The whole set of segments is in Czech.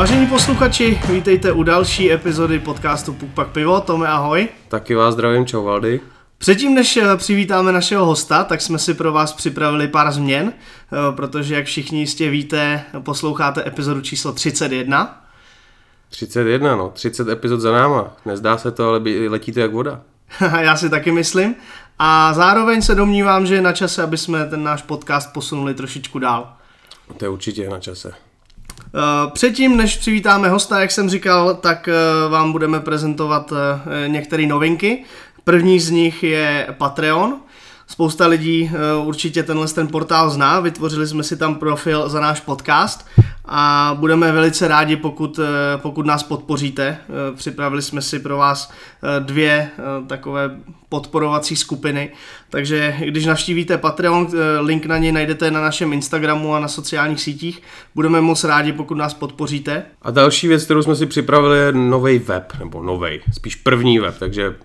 Vážení posluchači, vítejte u další epizody podcastu Puk Pak Pivo. Tome, ahoj. Taky vás zdravím, čau Valdy. Předtím, než přivítáme našeho hosta, tak jsme si pro vás připravili pár změn, protože jak všichni jistě víte, posloucháte epizodu číslo 31. 31, no, 30 epizod za náma. Nezdá se to, ale letí to jak voda. Já si taky myslím. A zároveň se domnívám, že je na čase, aby jsme ten náš podcast posunuli trošičku dál. To je určitě na čase. Předtím, než přivítáme hosta, jak jsem říkal, tak vám budeme prezentovat některé novinky. První z nich je Patreon. Spousta lidí určitě ten portál zná, vytvořili jsme si tam profil za náš podcast a budeme velice rádi, pokud nás podpoříte. Připravili jsme si pro vás 2 takové podporovací skupiny, takže když navštívíte Patreon, link na něj najdete na našem Instagramu a na sociálních sítích. Budeme moc rádi, pokud nás podpoříte. A další věc, kterou jsme si připravili, je nový web, nebo spíš první web, takže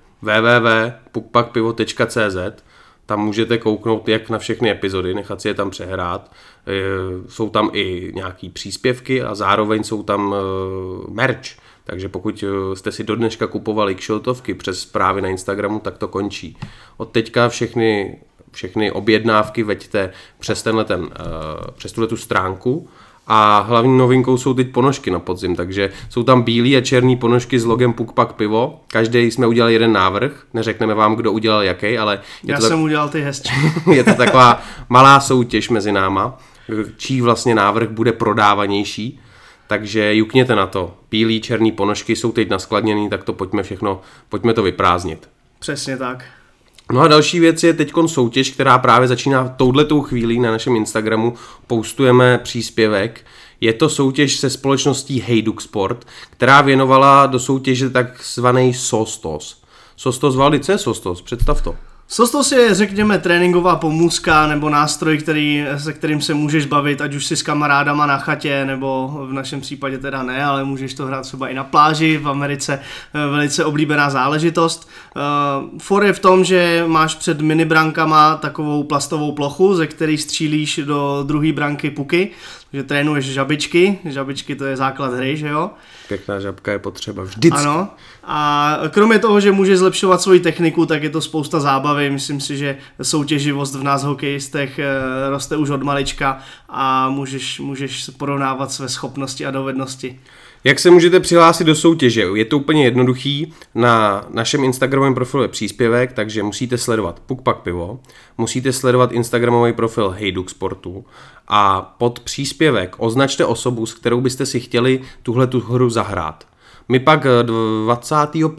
www.pukpakpivo.cz. Tam můžete kouknout jak na všechny epizody, nechat si je tam přehrát. Jsou tam i nějaký příspěvky a zároveň jsou tam merch. Takže pokud jste si do dneška kupovali kšiltovky přes zprávy na Instagramu, tak to končí. Od teďka všechny objednávky veďte přes tuhletu stránku. A hlavní novinkou jsou teď ponožky na podzim, takže jsou tam bílé a černé ponožky s logem Puk Pak Pivo. Každý jsme udělali jeden návrh, neřekneme vám, kdo udělal jaký, ale... jsem udělal ty hezčí. Je to taková malá soutěž mezi náma, čí vlastně návrh bude prodávanější, takže jukněte na to. Bílé, černé ponožky jsou teď naskladněný, tak to pojďme to vyprázdnit. Přesně tak. No a další věc je teďkon soutěž, která právě začíná touhletou chvílí na našem Instagramu. Postujeme příspěvek. Je to soutěž se společností Hejduk Sport, která věnovala do soutěže takzvaný Sostos. Sostos, Valdy, co je Sostos? Představ to. Sostos je, řekněme, tréninková pomůcka nebo nástroj, se kterým se můžeš bavit, ať už si s kamarádama na chatě, nebo v našem případě teda ne, ale můžeš to hrát třeba i na pláži, v Americe velice oblíbená záležitost. For je v tom, že máš před minibrankama takovou plastovou plochu, ze který střílíš do druhé branky puky, že trénuješ žabičky to je základ hry, že jo? Pěkná žabka je potřeba vždycky. Ano. A kromě toho, že můžeš zlepšovat svoji techniku, tak je to spousta zábavy. Myslím si, že soutěživost v nás hokejistech roste už od malička a můžeš porovnávat své schopnosti a dovednosti. Jak se můžete přihlásit do soutěže? Je to úplně jednoduchý. Na našem Instagramovém profilu je příspěvek, takže musíte sledovat Puk Pak Pivo, musíte sledovat Instagramový profil Hejduk Sportu a pod příspěvek označte osobu, s kterou byste si chtěli tuhletu hru zahrát. My pak 25.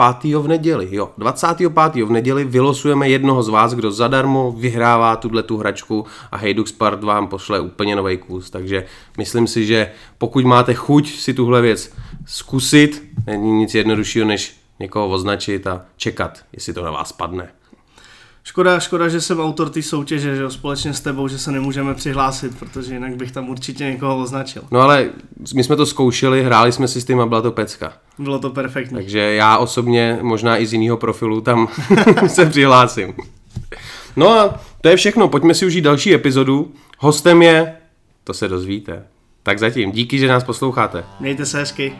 v neděli vylosujeme jednoho z vás, kdo zadarmo vyhrává tuhletu hračku a Hejduk Sport vám pošle úplně nový kus. Takže myslím si, že pokud máte chuť si tuhle věc zkusit, není nic jednoduššího, než někoho označit a čekat, jestli to na vás padne. Škoda, že jsem autor té soutěže, že jo, společně s tebou, že se nemůžeme přihlásit, protože jinak bych tam určitě někoho označil. No ale my jsme to zkoušeli, hráli jsme si s tím a byla to pecka. Bylo to perfektní. Takže já osobně, možná i z jiného profilu, tam se přihlásím. No a to je všechno, pojďme si užít další epizodu. Hostem je, to se dozvíte. Tak zatím, díky, že nás posloucháte. Mějte se hezky.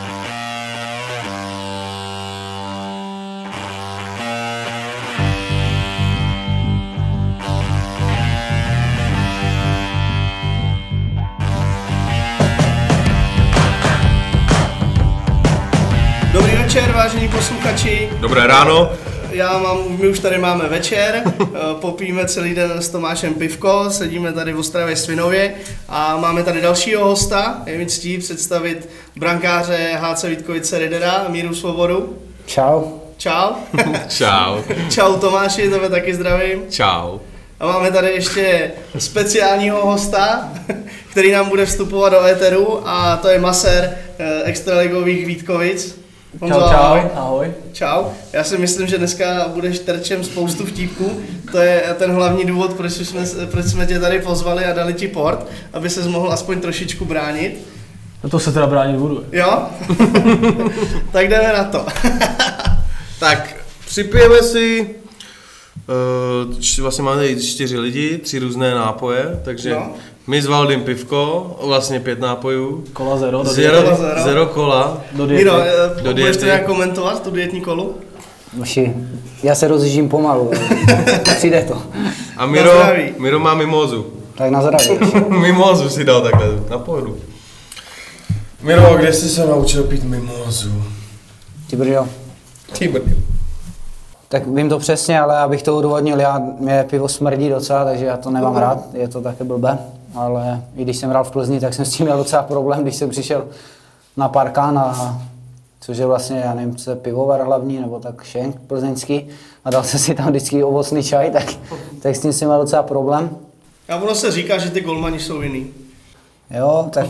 Dobrý večer, vážení posluchači. Dobré ráno. My už tady máme večer, popijeme celý den s Tomášem pivko, sedíme tady v Ostravě Svinově a máme tady dalšího hosta. Je mi ctí představit brankáře HC Vítkovice Ridera, Míru Svobodu. Čau. Čau. Čau. Čau Tomáši, tebe taky zdravím. Čau. A máme tady ještě speciálního hosta, který nám bude vstupovat do éteru a to je masér extraligových Vítkovic. Čau, ahoj. Čau. Já si myslím, že dneska budeš terčem spoustu vtípků. To je ten hlavní důvod, proč jsme tě tady pozvali a dali ti port, aby ses mohl aspoň trošičku bránit. No to se teda bránit budu. Jo? Tak jdeme na to. Tak, připijeme si Vlastně máme tady 4 lidi, 3 různé nápoje, takže No. my s Valdym pivko, vlastně 5 nápojů. Kola zero. Zero kola. Do diety. Miro, Do budeš to diety. nějak komentovat, tu dietní kolu? Moši, já se rozjíždím pomalu, přijde to. A Na zdraví. Miro má mimozu. Tak na zdraví. Mimozu si dal takhle na pohodu. Miro, kde jsi se naučil pít mimozu? Ty brďo. Ty brdy. Tak vím to přesně, ale abych to odůvodnil, mě pivo smrdí docela, takže já to nemám rád, je to také blbé. Ale i když jsem hrál v Plzni, tak jsem s tím měl docela problém, když jsem přišel na Parkán, což je vlastně, já nevím, co je pivovar hlavní, nebo tak šenk plzeňský, a dal jsem si tam vždycky ovocný čaj, tak s tím jsem měl docela problém. A ono se říká, že ty golmani jsou jiný. Jo, tak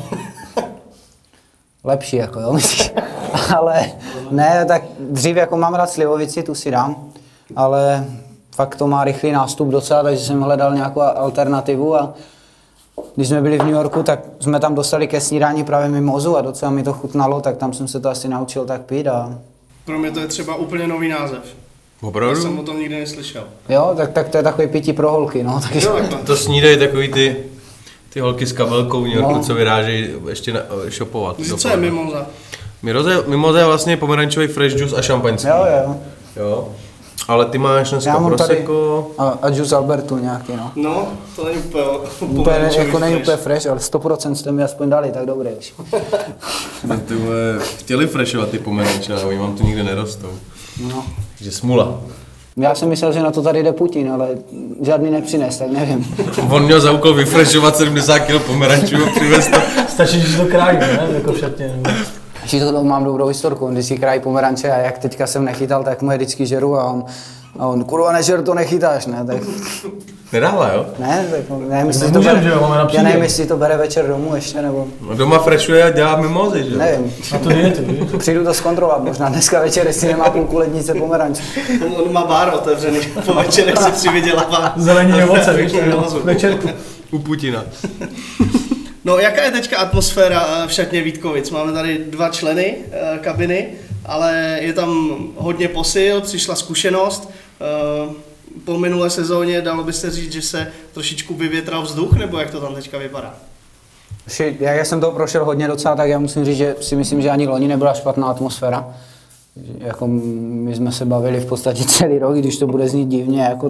lepší jako jo, myslíš. Ale ne, tak dřív jako mám rád slivovici, tu si dám, ale fakt to má rychlý nástup docela, takže jsem hledal nějakou alternativu a když jsme byli v New Yorku, tak jsme tam dostali ke snídani právě mimozu a docela mi to chutnalo, tak tam jsem se to asi naučil tak pít a Pro mě to je třeba úplně nový název. Já Opravdu? jsem o tom nikdy neslyšel. jo, tak to je takový pití pro holky, no, takže Jo, takhle. To snídají takový ty holky s kabelkou v New Yorku, No. co vyrážejí ještě shopovat. Víš, co je mimoza? Mimoza je vlastně pomerančový fresh juice a šampaňský. jo. Jo. Ale ty máš dneska Já mám tady prosecco. a juice Albertu nějaký, no. No, to není úplně Úplně, pomerančový jako není fresh. úplně fresh, ale 100% jste mi aspoň dali, tak dobré už. Ty vole, chtěli freshovat ty pomeranče, ale oni vám tu nikde nerostou. No. Takže smula. Já jsem myslel, že na to tady jde Putin, ale žádný nepřines, tak nevím. On měl za úkol vyfreshovat 70 kg pomerančů a přivez to. Stačí, že to krájí, ne? Jako v šatně. Nebo... Ještě to mám dobrou historku, on vždycky krají pomeranče a jak teďka jsem nechytal, tak mu je vždycky žeru a on kurva nežer, to nechytáš, ne? Tak, Nedává, jo? ne, tak nevím, jestli to Nemůžem, bere, že jo, máme na já příjem. nevím, jestli to bere večer domů ještě, nebo No doma freshuje a dělá mimozy, že jo? nevím. Na tu dietu, víš? Přijdu to zkontrolovat, možná dneska večer, jestli nemá půlku lednice pomeranče. On má bar otevřený, po večerech si přivydělává. Zelení ovoce, víš? Mimozu. Večerku. U Putina. No, jaká je teďka atmosféra v šatně Vítkovic? Máme tady 2 členy kabiny, ale je tam hodně posil, přišla zkušenost. Po minulé sezóně dalo by se říct, že se trošičku vyvětral vzduch, nebo jak to tam teďka vypadá? Jak já jsem toho prošel hodně docela, tak já musím říct, že si myslím, že ani loni nebyla špatná atmosféra. Že jako my jsme se bavili v podstatě celý rok, když to bude znít divně, jako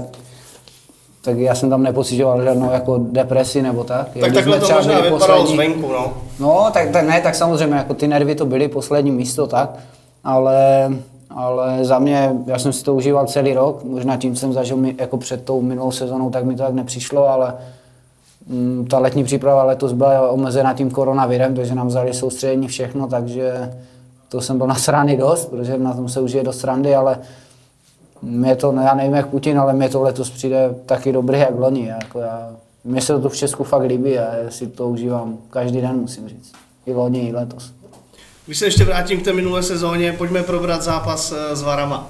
tak já jsem tam nepocitoval žádnou jako depresi nebo tak. Tak Když takhle jsme to třeba možná byli vypadalo poslední- zvenku, no. No, tak samozřejmě, jako ty nervy to byly, poslední místo, tak, ale za mě, já jsem si to užíval celý rok, možná tím jsem zažil jako před tou minulou sezónou, tak mi to tak nepřišlo, ale ta letní příprava letos byla omezená tím koronavirem, takže nám vzali soustředění všechno, takže to jsem byl nasraný dost, protože na tom se užije dost srandy, ale mě to, já nevím jak Putin, ale mě to letos přijde taky dobrý jak loni. Jako mně se to tu v Česku fakt líbí a já si to užívám každý den, musím říct. I loni, i letos. Když se ještě vrátím k té minulé sezóně, pojďme probrat zápas s Varama.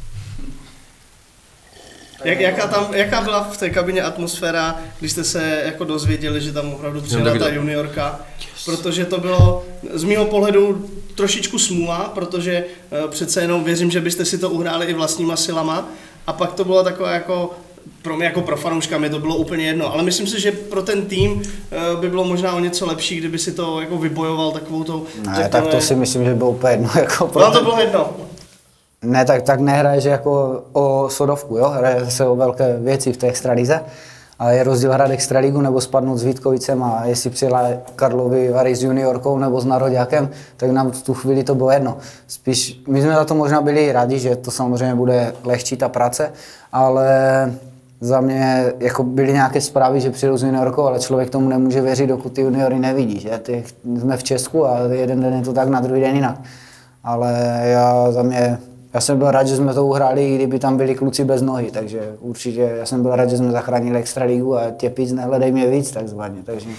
Jaká byla v té kabině atmosféra, když jste se jako dozvěděli, že tam opravdu přijela ta juniorka? Protože to bylo z mého pohledu trošičku smůla, protože přece jenom věřím, že byste si to uhráli i vlastníma silama. A pak to bylo takové jako, pro mě jako pro fanouška mi to bylo úplně jedno, ale myslím si, že pro ten tým by bylo možná o něco lepší, kdyby si to jako vybojoval takovou tou... Ne, tak to si myslím, že bylo úplně jedno. Jako Vám to bylo jedno? Ne, tak nehraješ jako o sodovku, jo? Hraje se o velké věci v té extralize. Ale je rozdíl hrát extraligu nebo spadnout s Vítkovicem a jestli přijela Karlovy Vary s juniorkou nebo s Nároďákem, tak nám v tu chvíli to bylo jedno. Spíš my jsme za to možná byli rádi, že to samozřejmě bude lehčí ta práce, ale za mě jako byly nějaké zprávy, že přijdou s juniorkou, ale člověk tomu nemůže věřit, dokud ty juniory nevidí. Že? Jsme v Česku a jeden den je to tak, na druhý den jinak. Ale já jsem byl rád, že jsme to uhráli, i kdyby tam byli kluci bez nohy, takže určitě já jsem byl rád, že jsme zachránili extraligu a těpic nehledej mě víc takzvaně, takže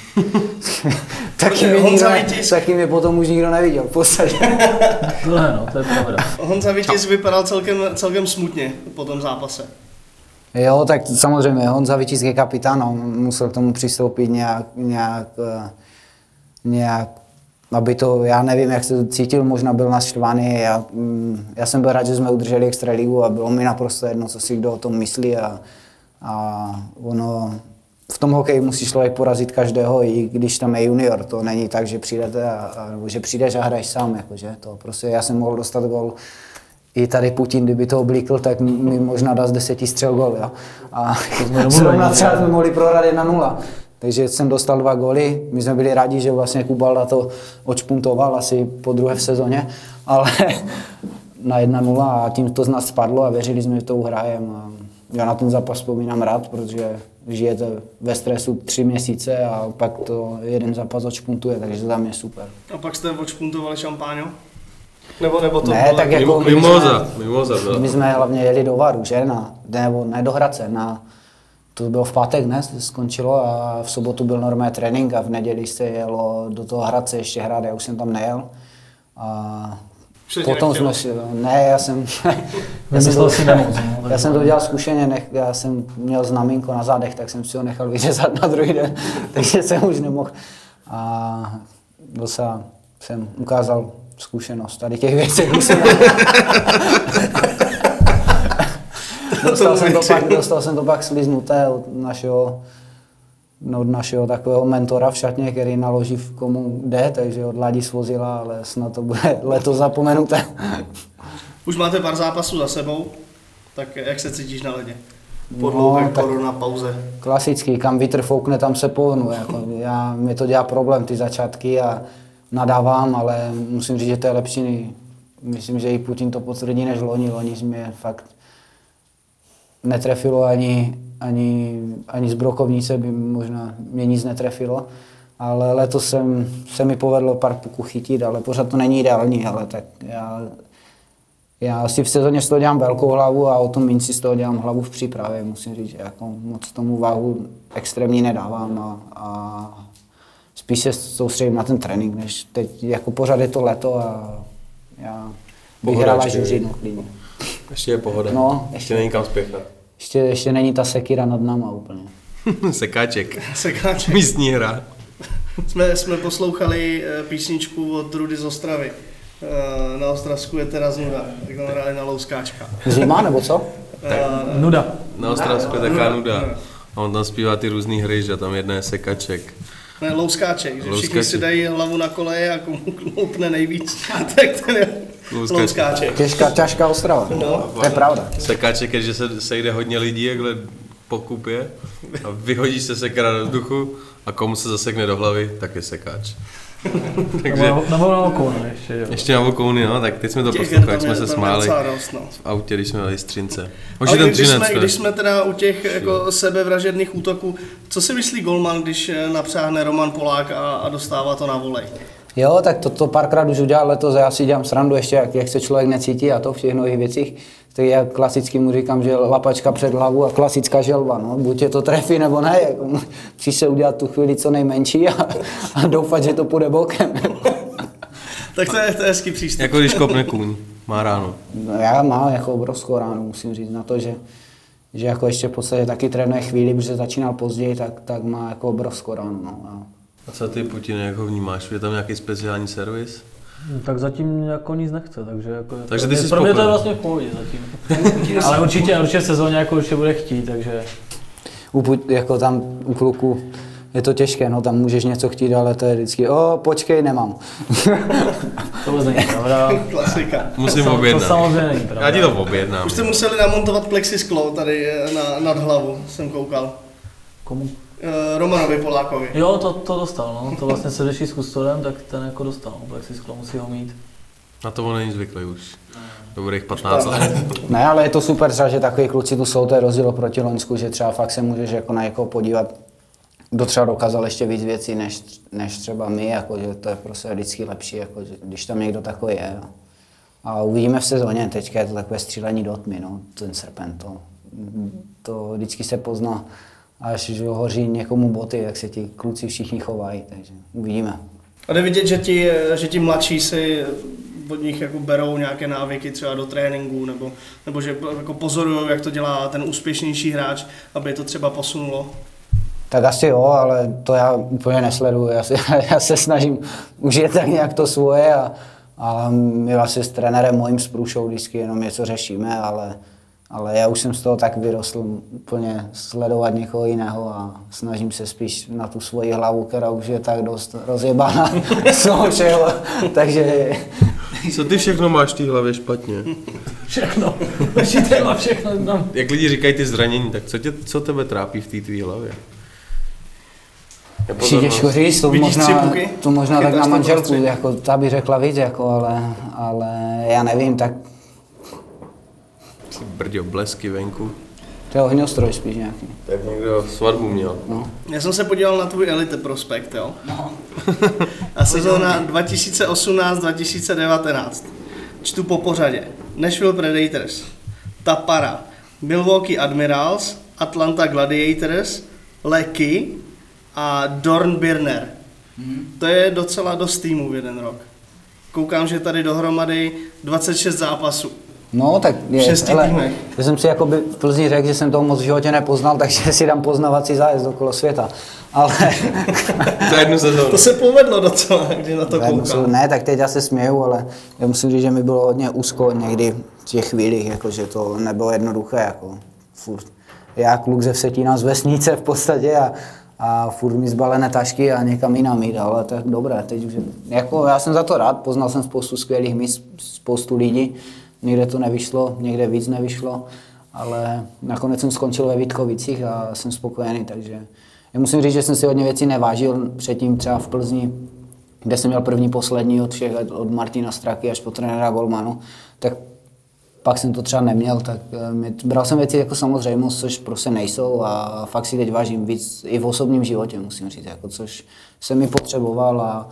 taky mě potom už nikdo neviděl v podstatě. To je pravda. Honza Vítěz vypadal celkem smutně po tom zápase. Jo, tak samozřejmě Honza Vítěz je kapitán, on musel k tomu přistoupit nějak aby to, já nevím, jak se to cítil, možná byl naštvaný. Já jsem byl rád, že jsme udrželi extraligu a bylo mi naprosto jedno, co si kdo o tom myslí a ono, v tom hokeji musí člověk porazit každého, i když tam je junior, to není tak, že přijdete nebo že přijdeš a hraješ sám, jakože to prostě, já jsem mohl dostat gol. I tady Putin, kdyby to oblíkl, tak mi možná dá z 10 střel gol, jo. A zrovna třeba jsme mohli prohrát 1-0. Takže jsem dostal 2 góly, my jsme byli rádi, že vlastně Kubalda to odšpuntoval asi po druhé v sezóně, ale na 1-0 a tím to z nás spadlo a věřili jsme, že to uhrajeme. Já na ten zápas vzpomínám rád, protože žijete ve stresu 3 měsíce a pak to jeden zápas odšpuntuje, takže to tam je super. A pak jste odšpuntovali šampáňo? Nebo to ne, bylo tak jako Mimoza. my jsme hlavně jeli do Varu, že? Nebo ne do Hradce, to bylo v pátek, ne, skončilo a v sobotu byl normální trénink a v neděli se jelo do toho Hradce ještě hrát, já už jsem tam nejel. A potom jsme si, já jsem to udělal zkušeně, já jsem měl znamínko na zádech, tak jsem si ho nechal vyřezat na druhý den, takže jsem už nemohl. A docela jsem ukázal zkušenost tady těch věcí. Dostal jsem to pak sliznuté od našeho takového mentora v šatně, který naloží v komu jde, takže od Ládi svozila, ale snad to bude letos zapomenuté. Už máte pár zápasů za sebou, tak jak se cítíš na ledě? Po dlouhé korona pauze. Klasický, kam vítr foukne, tam se pohnu. Jako, mi to dělá problém, ty začátky a nadávám, ale musím říct, že to je lepší. Myslím, že i Putin to potvrdí než loni. Loni mě fakt netrefilo ani z brokovnice, by možná mě nic netrefilo. Ale letos se mi povedlo pár puků chytit, ale pořád to není ideální, ale tak já si v sezóně z toho dělám velkou hlavu a o tom méně si z toho dělám hlavu v přípravě. Musím říct, že jako moc tomu váhu extrémní nedávám a spíš se soustředím na ten trénink, než teď jako pořád je to léto a já bych hrál až říjnu klidně. Ještě je pohoda, no, ještě není kam spěchat. Ještě není ta sekira nad náma úplně. Sekáček. Místní hra. Jsme poslouchali písničku od Rudy z Ostravy. Na Ostravsku je teda nuda, tak tam hráli na Louskáčka. Zima nebo co? Nuda. Na Ostravsku je taká nuda. A on tam zpívá ty různý hry, že tam jedna je Sekaček. Ne, Louskáček, že všichni si dají hlavu na koleje a komu kloupne nejvíc, tak ten je Louskáček. Těžká Ostrava, no, to je pravda. Sekáček je, že se sejde hodně lidí, jakhle po kupě a vyhodí se sekera do vzduchu a komu se zasekne do hlavy, tak je sekáč. Takže na okouny ještě, jo. Ještě na okouny, no, tak teď jsme to poslouchali, jak jsme se smáli v autě, když jsme dali střince. Když jsme teda u těch jako sebevražedných útoků, co si myslí golman, když napřáhne Roman Polák a dostává to na volej? Jo, tak to párkrát už udělal letos a já si dělám srandu ještě, jak se člověk necítí a to v těch nových věcích. Tak já klasicky mu říkám, že lapačka před hlavu a klasická želva, no. Buď je to trefí nebo ne, jako, musíš se udělat tu chvíli co nejmenší a doufat, že to půjde bokem. Tak to je hezký přístup. Jako když kopne kůň, má ránu. No, já mám jako obrovskou ránu, musím říct, na to, že jako ještě v podstatě taky trénuje chvíli, protože začínal později, tak má jako obrovskou ránu. No. A co ty, Putine, jak ho vnímáš? Je tam nějaký speciální servis? Tak zatím jako nic nechce, takže ty jsi pro mě to je vlastně v pohodě zatím. Ale určitě v sezóně jako určitě bude chtít, takže... Jako tam u kluku je to těžké, no tam můžeš něco chtít, ale to je vždycky, počkej, nemám. To vůbec není pravda. Klasika. Musím objednat. To samozřejmě není pravda. Já ti to objednám. Už jste museli namontovat plexisklo tady nad hlavu, jsem koukal. Komu? Romanovi Polákovi. Jo, to dostal, no. To vlastně se řeší s kustodem, tak ten jako dostal. Plexisklo musí ho mít. Na to on není zvyklý už. Dobrých 15 let. Ne, ale je to super třeba, že takový kluci tu jsou, to je rozdíl proti Loňsku, že třeba fakt se můžeš jako na někoho podívat, kdo třeba dokázal ještě víc věcí než třeba my, jako, že to je prostě vždycky lepší, jako, že, když tam někdo takový je. A uvidíme v sezóně, teďka je to takové střílení do tmy, no, ten srpen, to vždycky se pozná, až hoří někomu boty, jak se ti kluci všichni chovají, takže uvidíme. A jde vidět, že ti mladší si od nich jako berou nějaké návyky třeba do tréninku, nebo že jako pozorují, jak to dělá ten úspěšnější hráč, aby to třeba posunulo? Tak asi jo, ale to já úplně nesleduju. Já se snažím užít tak nějak to svoje a my vlastně s trenérem mojím z průšou vždycky jenom něco řešíme, ale já už jsem z toho tak vyrostl úplně sledovat někoho jiného a snažím se spíš na tu svoji hlavu, která už je tak dost rozjebaná z toho všeho, takže... Co ty všechno máš v té hlavě špatně? Všechno. Určitě má všechno. No. Jak lidi říkají ty zranění, tak co tebe trápí v té tvý hlavě? Těžko říct, to možná tak na manželku, jako, ta by řekla víc, jako, ale já nevím, tak... Brďo, blesky venku. To je ohňostroj spíš nějaký. Tak někdo svatbu měl. No. Já jsem se podíval na tvůj Elite prospekt, jo? No. A sezóna 2018-2019. Čtu po pořadě. Nashville Predators, Tappara, Milwaukee Admirals, Atlanta Gladiators, Lecky a Dornbirner. To je docela dost týmů v jeden rok. Koukám, že tady dohromady 26 zápasů. No, tak je, v 6 týmech. Já jsem si jakoby v Plzni řekl, že jsem toho moc v životě nepoznal, takže si dám poznavací zájezd okolo světa. Ale... Za jednu sezónu. To se povedlo docela, když na to koukám. Ne, tak teď já se směju, ale já musím říct, že mi bylo hodně úzko někdy v těch chvílích, jako, že to nebylo jednoduché. Jako, furt. Já kluk ze Vsetína z vesnice v podstatě a furt mi zbalené tašky a někam jinam jít, ale tak dobré. Teď už, jako, já jsem za to rád, poznal jsem spoustu skvělých míst, spoustu lidí. Někde to nevyšlo, někde víc nevyšlo, ale nakonec jsem skončil ve Vítkovicích a jsem spokojený, takže já musím říct, že jsem si hodně věcí nevážil předtím třeba v Plzni, kde jsem měl první, poslední od všech, od Martina Straky až po trenéra Golmanu, tak pak jsem to třeba neměl, tak bral jsem věci jako samozřejmost, což prostě nejsou a fakt si teď vážím víc i v osobním životě, musím říct, jako, což jsem mi potřeboval a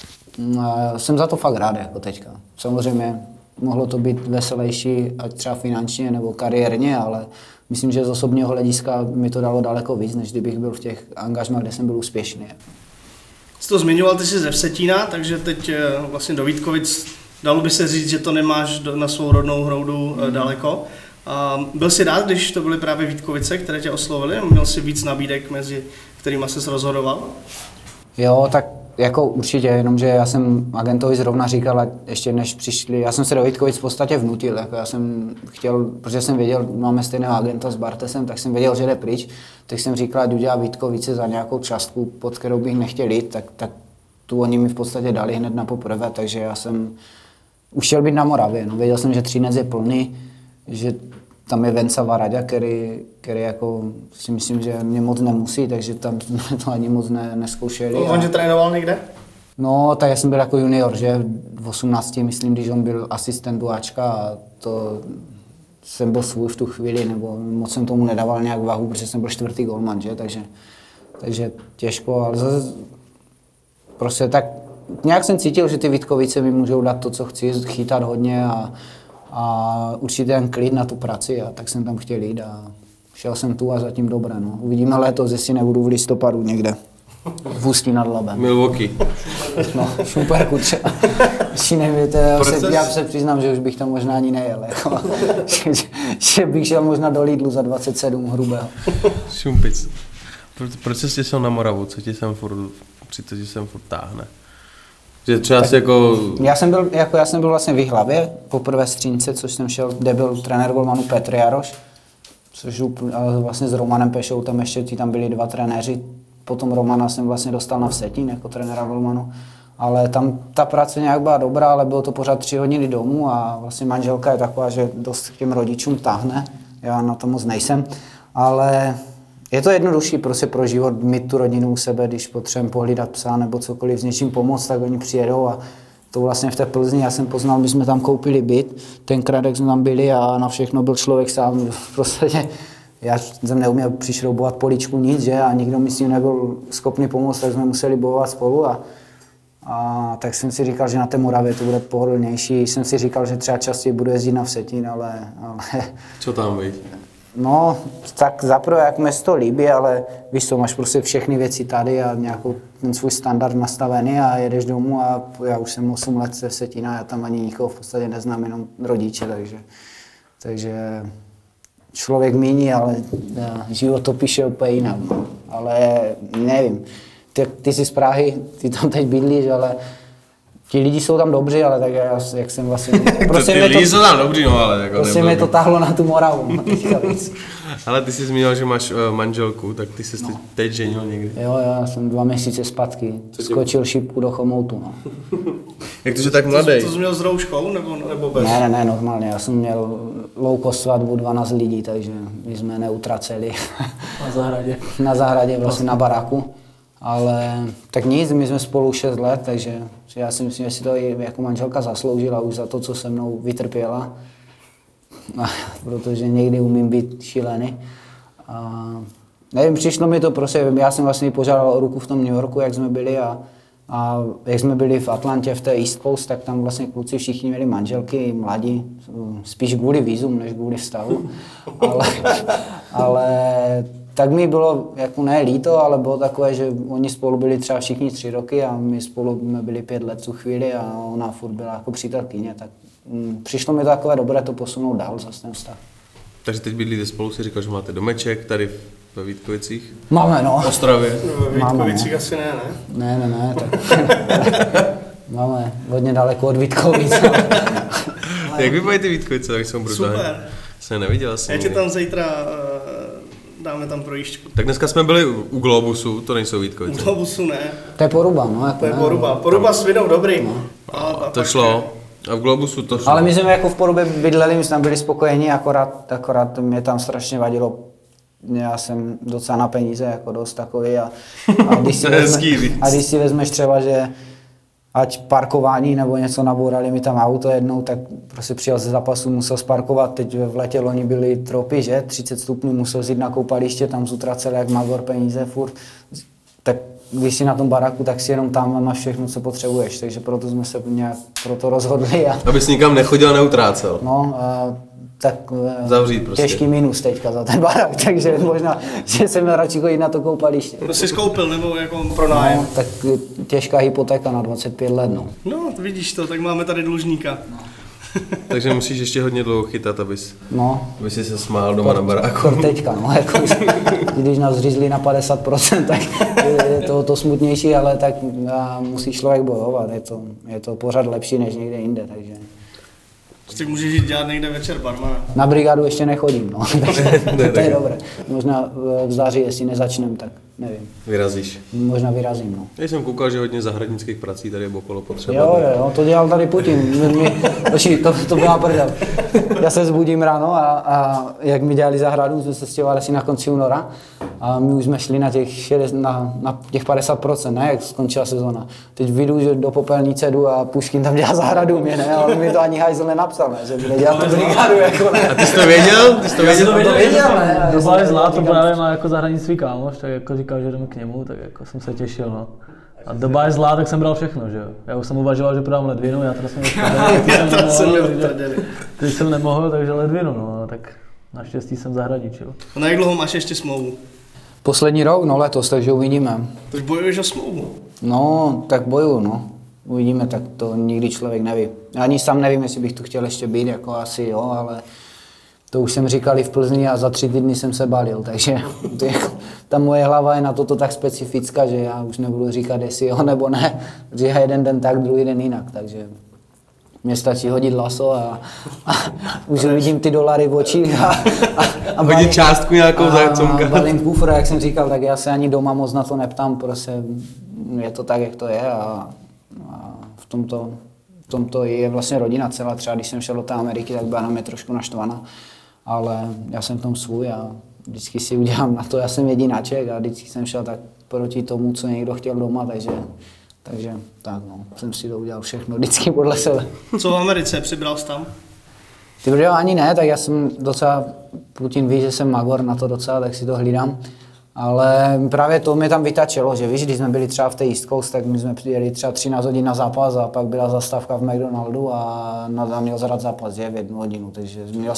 jsem za to fakt rád jako teďka. Samozřejmě mohlo to být veselější, ať třeba finančně nebo kariérně, ale myslím, že z osobního hlediska mi to dalo daleko víc, než kdybych byl v těch angažmách, kde jsem byl úspěšný. Jsi to zmiňoval, ty jsi ze Vsetína, takže teď vlastně do Vítkovic, dalo by se říct, že to nemáš na svou rodnou hroudu daleko. Byl jsi rád, když to byly právě Vítkovice, které tě oslovily? Měl jsi víc nabídek, mezi kterými jsi rozhodoval? Jo, tak jako určitě, jenomže já jsem agentovi zrovna říkal, a ještě než přišli, já jsem se do Vítkovic v podstatě vnutil, jako já jsem chtěl, protože jsem věděl, máme stejného agenta s Bartesem, tak jsem věděl, že jde pryč, tak jsem říkal, ať udělá Vítkovice za nějakou částku, pod kterou bych nechtěl jít, tak tu oni mi v podstatě dali hned na poprvé, takže já jsem už chtěl být na Moravě, no, věděl jsem, že Třinec je plný, že tam je Venca Varaďa, který jako si myslím, že mě moc nemusí, takže tam to ani moc neskoušeli. On tě trénoval někde? No, tak já jsem byl jako junior, že v 18, myslím, když on byl asistent Duáčka a to jsem byl svůj v tu chvíli, nebo moc jsem tomu nedával nějak váhu, protože jsem byl 4. golman, že, takže těžko, ale zase prostě tak nějak jsem cítil, že ty Vítkovice mi můžou dát to, co chci, chytat hodně a určitě ten klid na tu práci a tak jsem tam chtěl jít a šel jsem tu a zatím dobré, no. Uvidíme letos, jestli nebudu v listopadu někde v Ústí nad Labem. Milwaukee. No, Šumperku třeba. Ještě nevíte, já se přiznám, že už bych tam možná ani nejel, jako, že bych šel možná do Lidlu za 27 hrubého. Šumpic. Proč jsi šel na Moravu? Co ti sem furt táhne? Že třeba si jako... Já jsem byl vlastně v Jihlavě, poprvé Střínce, což jsem šel, kde byl trenér golmanu Petr Jaroš, což ale vlastně s Romanem Pešou, tam ještě tam byli 2 trenéři, potom Romana jsem vlastně dostal na Vsetín jako trenéra golmanu, ale tam ta práce nějak byla dobrá, ale bylo to pořád 3 hodiny domů a vlastně manželka je taková, že dost k těm rodičům táhne, já na to moc nejsem, ale je to jednodušší prostě pro život mít tu rodinu u sebe, když potřebujeme pohlídat psa nebo cokoliv s něčím pomoct, tak oni přijedou a to vlastně v té Plzni, já jsem poznal, my jsme tam koupili byt, tenkrát, jak jsme tam byli a na všechno byl člověk sám, prostě já jsem neuměl přišroubovat poličku nic, že, a nikdo mi s tím nebyl schopný pomoct, tak jsme museli bojovat spolu a tak jsem si říkal, že na té Moravě to bude pohodlnější, jsem si říkal, že třeba častěji budu jezdit na Vsetín, ale... Co tam víš? No, tak zaprvé, jak mi to líbí, ale víš co, máš prostě všechny věci tady a nějakou ten svůj standard nastavený a jedeš domů a já už jsem 8 let se Vsetína, já tam ani nikoho v podstatě neznám, jenom rodiče, takže člověk míní, ale život to píše úplně jinak. No. Ale nevím, ty jsi z Prahy, ty tam teď bydlíš, ale ti lidi jsou tam dobří, ale tak já, jak jsem vlastně... Prostě ty lidi jsou tam dobří, no ale jako prostě mě to tahlo na tu Moravu, no, teďka víc. Ale ty jsi zmínil, že máš manželku, tak ty jsi teď ženil někdy. Jo, já jsem 2 měsíce zpátky skočil šipku do chomoutu, no. Jak to, že tak mladý? To jsi měl s rouškou nebo bez? Ne, normálně, já jsem měl low cost svatbu 12 lidí, takže my jsme neutraceli. Na zahradě. Na zahradě, vlastně na baráku. Ale tak nic, my jsme spolu 6 let, takže já si myslím, že si to i jako manželka zasloužila už za to, co se mnou vytrpěla. Protože někdy umím být šílený. A nevím, přišlo mi to prostě, já jsem vlastně požádal o ruku v tom New Yorku, jak jsme byli a jak jsme byli v Atlantě v té East Coast, tak tam vlastně kluci všichni měli manželky, mladí, spíš kvůli vízum, než kvůli vztahu. Ale tak mi bylo jako ne líto, ale bylo takové, že oni spolu byli třeba všichni 3 roky a my spolu jsme byli 5 let tu chvíli a ona furt byla jako přítelkyně, tak přišlo mi to takové dobré to posunout dál zase ten vztah. Takže teď bydlíte spolu, si říkal, že máte domeček tady ve Vítkovicích? Máme, no. V Ostravě? Ve Vítkovicích asi ne? Ne, tak máme hodně daleko od Vítkovic. Jak vypadají ty Vítkovice, jak jsou brutální? Super. Jsem neviděl asi. Já tě tam zítra dáme tam projížďku. Tak dneska jsme byli u Globusu, to nejsou Vítkovice. U Globusu ne. To je Poruba, no. Jako To je ne, Poruba. Poruba s vinou dobrý. No. A To šlo. A v Globusu to šlo. Ale my jsme jako v Porubě bydleli, my jsme tam byli spokojení, akorát mě tam strašně vadilo. Já jsem docela na peníze jako dost takový a když si vezmeš třeba, že ať parkování nebo něco nabourali mi tam auto jednou, tak prostě přijel ze zápasu, musel sparkovat, teď v létě loni byly tropy, že, 30 stupňů, musel jít na koupaliště, tam zutracel jak magor peníze furt, tak když jsi na tom baráku, tak si jenom tam máš všechno, co potřebuješ, takže proto jsme se nějak proto rozhodli. Abys nikam nechodil a neutrácel. No, tak zavřít prostě. Těžký minus teďka za ten barák, takže možná, že jsem měl radši chodit na to koupaliště. To jsi skoupil nebo jako pro nájem? No, tak těžká hypotéka na 25 let, no. No, vidíš to, tak máme tady dlužníka. Takže musíš ještě hodně dlouho chytat, abys si se smál doma na baráku. To teďka, no, jako, když nás řízli na 50%, tak je to smutnější, ale tak musí člověk bojovat, je to pořád lepší než někde jinde, takže... Ty můžeš jít dělat někde večer barmana. Na brigádu ještě nechodím, no, takže to je dobré. Možná v září, jestli nezačnem, tak nevím. Vyrazíš. Možná vyrazím, no. Já jsem koukal, že hodně zahradnických prací tady okolo potřeba. Jo, to dělal tady Putin. To byla prdel. Já se zbudím ráno a jak mi dělali zahradu, jsme se stěhovali asi na konci února a my už jsme šli na těch, na těch 50%, ne, jak skončila sezona. Teď vidu, že do popelnice jdu a Puškin tam dělá zahradu, mě ne, ale mi to ani hajzl nenapsal, ne, že bude dělat brigádu, jako ne. A ty jsi to věděl? Já jsem to věděl, ne. Dobáš Zlá to právě má jako zahraniční kámoš, tak jako říkal, že jdeme k němu, tak jako jsem se těšil, no. A doba je zlá, tak jsem bral všechno, že jo. Já už jsem uvažoval, že prodám ledvinu, já teda jsem teď jsem nemohl, takže ledvinu, no, tak naštěstí jsem zahraničil. A na jak dlouho máš ještě smlouvu? Poslední rok, no letos, takže uvidíme. Takže bojuješ o smlouvu? No, tak bojuju, no. Uvidíme, tak to nikdy člověk neví. Já ani sám nevím, jestli bych tu chtěl ještě být, jako asi jo, ale to už jsem říkal i v Plzni a za 3 týdny jsem se balil, takže ta moje hlava je na toto tak specifická, že já už nebudu říkat, jestli jo nebo ne, protože já jeden den tak, druhý den jinak, takže mně stačí hodit laso a už vidím ty dolary v očích a hodit částku nějakou a balím kufr, jak jsem říkal, tak já se ani doma moc na to neptám, prostě je to tak, jak to je a v tomto je vlastně rodina celá, třeba když jsem šel do té Ameriky, tak byla na mě trošku naštvaná, ale já jsem v tom svůj a vždycky si udělám na to, já jsem jedináček a vždycky jsem šel tak proti tomu, co někdo chtěl doma, takže tak no, jsem si to udělal všechno vždycky podle sebe. Co v Americe, přibral jsi tam? Ty brďo, ani ne, tak já jsem docela, Putin ví, že jsem magor na to docela, tak si to hlídám. Ale právě to mě tam vytačilo, že víš, když jsme byli třeba v té East Coast, tak my jsme přijeli třeba 13 hodin na zápas a pak byla zastávka v McDonaldu a měl zahrát zápas v 1 hodinu, takže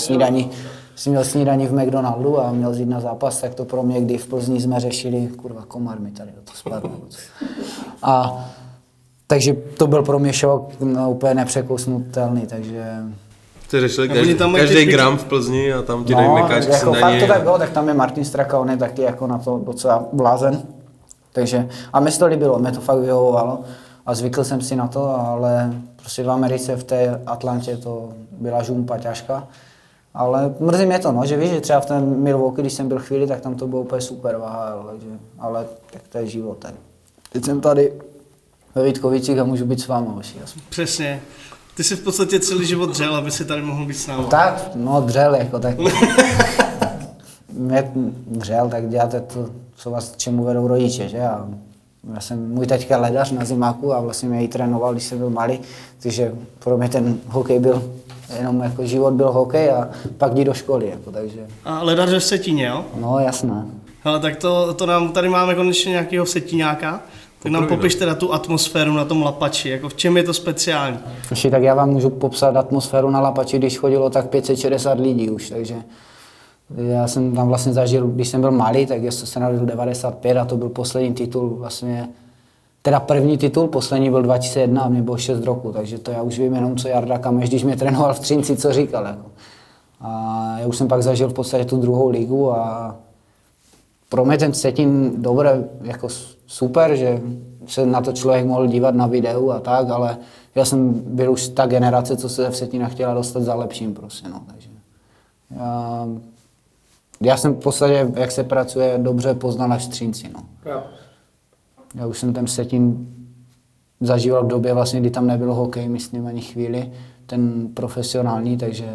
měl snídaní v McDonaldu a měl jít na zápas, tak to pro mě, kdy v Plzni jsme řešili, kurva, komar mi tady do toho spadne. Takže to byl pro mě šok, no, úplně nepřekousnutelný, takže Jste řešili oni tam mají každý ty gram v Plzni a tam ti dají mekáč k jako fakt snídani. to tak bylo, tak tam je Martin Straka, on je taky jako na to docela blázen. Takže, a mi se to líbilo, mě to fakt vyhovovalo a zvykl jsem si na to, ale prostě v Americe, v té Atlantě to byla žumpa těžká. Ale mrzí mě to, no, že víš, že třeba v ten Milwaukee, když jsem byl chvíli, tak tam to bylo úplně super váha, takže, ale tak to je život. Tak. Teď jsem tady ve Vítkovicích a můžu být s váma, vaši. Přesně. Ty jsi v podstatě celý život dřel, aby si tady mohl být s námi. Tak, no dřel, jako tak. Mě dřel, tak děláte to, co vás čemu vedou rodiče, že? A můj teďka ledař na zimáku a vlastně mě i trénoval, když jsem byl malý, takže pro mě ten hokej byl jenom jako život byl hokej a pak jdi do školy, jako, takže. A ledař v Setíně, jo? No jasné. Ale tak to nám, tady máme konečně nějakého Setíňáka, tak nám popiš teda tu atmosféru na tom Lapači, jako v čem je to speciální? Ještě tak já vám můžu popsat atmosféru na Lapači, když chodilo tak 560 lidí už, takže já jsem tam vlastně zažil, když jsem byl malý, tak jsem se narodil 95 a to byl poslední titul vlastně, teda první titul, poslední byl 2001 a mě bylo 6 roku, takže to já už vím jenom, co Jarda Kameš, když mě trénoval v Třinci, co říkal. Jako. A já už jsem pak zažil v podstatě tu druhou ligu a pro mě ten Vsetín dobré, jako super, že se na to člověk mohl dívat na videu a tak, ale já jsem byl už ta generace, co se ze Vsetína chtěla dostat za lepším prostě, no, takže. Já jsem v podstatě, jak se pracuje, dobře poznal až v Třinci, no. Jo. Já už jsem ten Vsetín zažíval v době, vlastně, kdy tam nebyl hokej, myslím, ani chvíli, ten profesionální, takže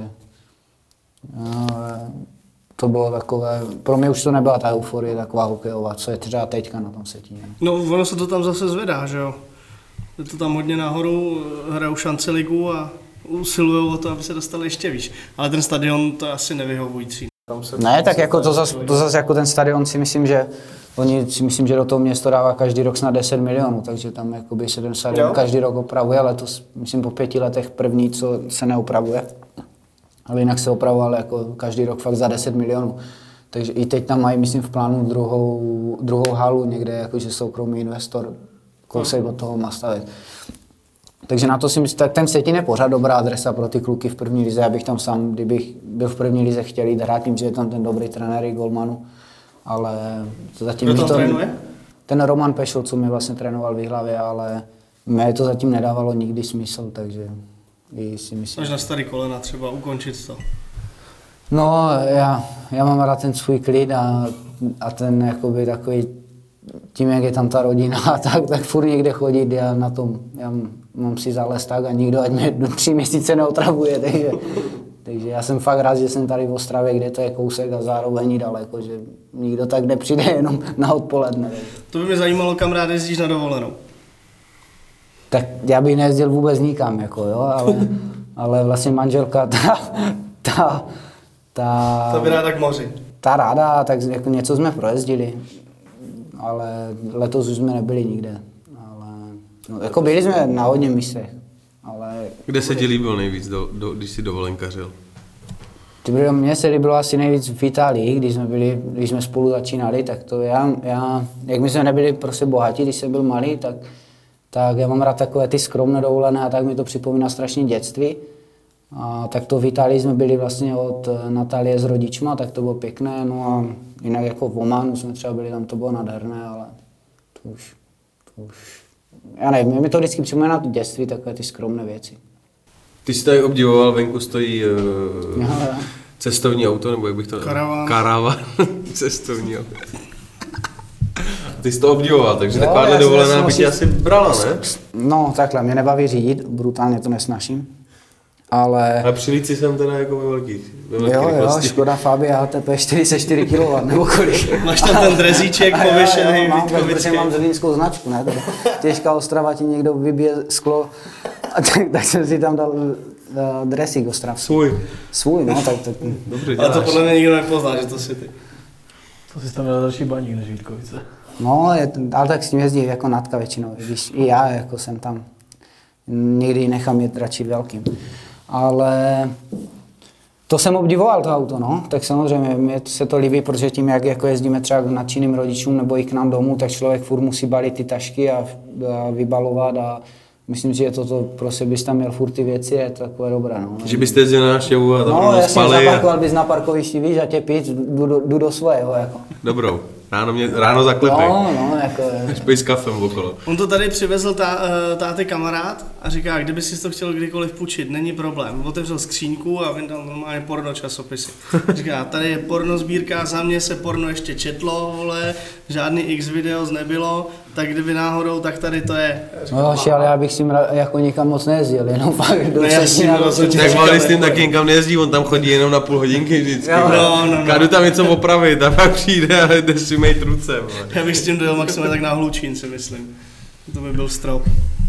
to bylo takové, pro mě už to nebyla ta euforie taková hokejová, co je třeba teďka na tom Vsetíně. No ono se to tam zase zvedá, že jo? Je to tam hodně nahoru, hrajou šance ligu a usilují o to, aby se dostali ještě výš. Ale ten stadion to je asi nevyhovující. Ne, tak jako to zase jako ten stadion si myslím, že oni si myslím, že do toho město dává každý rok snad 10 milionů, takže tam jakoby se ten stadion každý rok opravuje, ale to myslím po 5 letech první, co se neopravuje. Ale jinak se opravoval jako každý rok fakt za 10 milionů. Takže i teď tam mají, myslím, v plánu druhou halu někde, jakože soukromý investor kousek od toho má stavit. Takže na to si myslím, tak ten Vsetín je pořád dobrá adresa pro ty kluky v první lize. Já bych tam sám, kdybych byl v první lize, chtěl jít hrát tím, že je tam ten dobrý trenér i golmanu. Ale to zatím kdo tam trénuje? Ten Roman Pešl, co mě vlastně trénoval v Jihlavě, ale mě to zatím nedávalo nikdy smysl, takže i si myslím. Až na starý kolena třeba ukončit to. No, já mám rád ten svůj klid a ten jakoby takový, tím, jak je tam ta rodina a tak furt někde chodit, já mám si zález tak a nikdo ať mě 3 měsíce neotravuje, takže já jsem fakt rád, že jsem tady v Ostravě, kde to je kousek a zároveň daleko, že nikdo tak nepřijde jenom na odpoledne. To by mě zajímalo, kam rád jezdíš na dovolenou. Tak já bych nejezdil vůbec nikam, jako, jo, ale vlastně manželka, To by ráda k moři. Ta ráda, tak jako něco jsme projezdili, ale letos už jsme nebyli nikde. Ale, no, jako byli jsme na hodně místech, ale... Kde se ti líbil nejvíc, když jsi dovolenkařil? Mně se líbilo asi nejvíc v Itálii, když jsme spolu začínali, tak to jak my jsme nebyli prostě bohatí, když jsem byl malý, tak já mám rád takové ty skromné dovolené a tak mi to připomíná strašně dětství. A tak to v Itálii jsme byli vlastně od Natálie s rodičma, tak to bylo pěkné, no a jinak jako v Ománu jsme třeba byli, tam to bylo nádherné, ale to už, já nevím, mi to vždycky připomíná to dětství, takové ty skromné věci. Ty jsi tady obdivoval, venku stojí cestovní auto, nebo jak bych to... Karavan. Cestovní auto. Ty jsi to obdivoval, takže takováhle dovolená by ti asi brala, ne? No takhle, mě nebaví řídit, brutálně to nesnaším. Ale při Líci jsem teda jako ve velkých Jo, Škoda Fabia ATP 44 kW, nebo kolik. Máš tam ten drezíček pověšený Vítkovický. Mám zlínskou značku, ne? Těžká Ostrava, ti někdo vybije sklo, tak jsem si tam dal dresík ostravský. Svůj, no, tak. Dobře, ale to podle mě nikdo nepozná, že to si ty. To si tam dal další baník než Vítkovice. No, ale tak s tím jezdí jako Natka většinou, když i já jako jsem tam. Někdy nechám jet radši velkým. Ale to jsem obdivoval, to auto, no. Tak samozřejmě, mně se to líbí, protože tím, jak jako jezdíme třeba k nadšeným rodičům nebo i k nám domů, tak člověk furt musí balit ty tašky a vybalovat a myslím si, že toto prostě bys tam měl furt ty věci, je to takové dobré. No. Že byste jezdili na návštěvu a tam no, jasně, spali. zaparkoval bys na parkovišti, víš, a tě pít, jdu do svého, jako. Dobrou. Ráno zaklepek. No, jako... Spíš s kafem okolo. On to tady přivezl táty kamarád a říká, kdyby si to chtěl kdykoliv půjčit, není problém. Otevřel skříňku a vyndal normálně porno časopisy. Říká, tady je porno sbírka, za mě se porno ještě četlo, vole, žádný X videos nebylo, tak kdyby náhodou, tak tady to je. No jo, ale já bych s tím jako nikam moc nejezdil, jenom fakt do Tak Vladis s tím taky nikam nejezdí, on tam chodí jenom na půl hodinky vždycky. No. Jdu tam něco opravit a pak přijde a jdeš si mejt ruce. Já bych s tím dojel maximálně tak na Hlučín, si myslím. To by byl strop.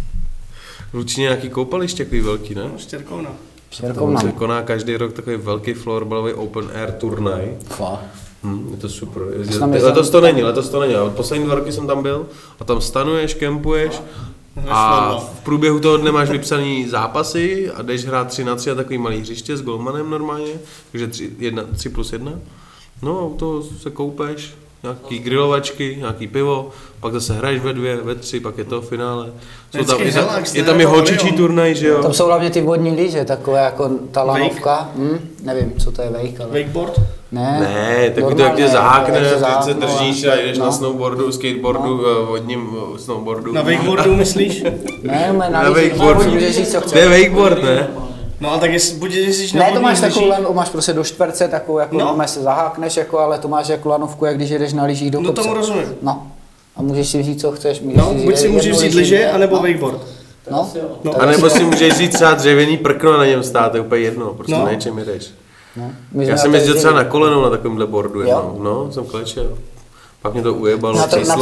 V Hlučíně nějaký koupaliště takový velký, ne? Štěrkovna. Štěrkovna. Se koná každý rok takový velký florbalový open air turnaj. Fakt. Je to super. Tam je Letos to není, ale poslední 2 roky jsem tam byl a tam stanuješ, kempuješ a v průběhu toho dne máš vypsaný zápasy a jdeš hrát 3-3 a takový malý hřiště s golmanem normálně, takže 3+1. No a u toho se koupeš, nějaký grilovačky, nějaký pivo, pak zase hraješ ve 2, ve 3, pak je to finále. Je tam i holčičí turnaj, že jo? Tam jsou hlavně ty vodní lyže, takové jako ta lanovka. Nevím, co to je wake, ale... Wakeboard? Ne, takový to, jak tě zahákne, teď se no, držíš a jdeš na snowboardu, skateboardu, vodním snowboardu. Na wakeboardu myslíš? Ne, na wakeboardu. Můžeš říct, co chceš. To je wakeboard, ne? No a tak buď jezdíš na ne, to vodní máš takovou, lyžích. máš prostě do čtverce, takovou jako no. Se zahákneš, jako, ale to máš jako lanovku, jak když jedeš na lyžích do kopce. No tomu rozumím. No. A můžeš si vzít, co chceš. No, buď si můžeš vzít lyže, anebo wakeboard. No. A nebo si můžeš vzít třeba dřevěný prkno a na něm stát, to je úplně jedno, prostě na něčem jedeš. No. Já jsem jezdil třeba na kolenou na takovémhle boardu jednou, no, jsem klečel. Pak mě to ujebalo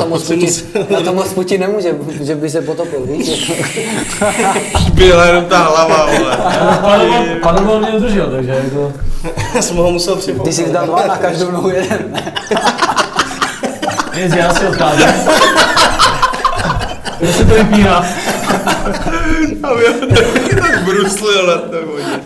Na to moc Putin nemůže, že by se potopil, víš? Byla jenom ta hlava, vole. Padoval mě udržel, takže jako... Já jsem ho musel připomenout. Ty jsi dal 2 na každou nohu jeden. Nic, já si odcházím. Já se to vypíná. A mě tak bruslil na té vodě.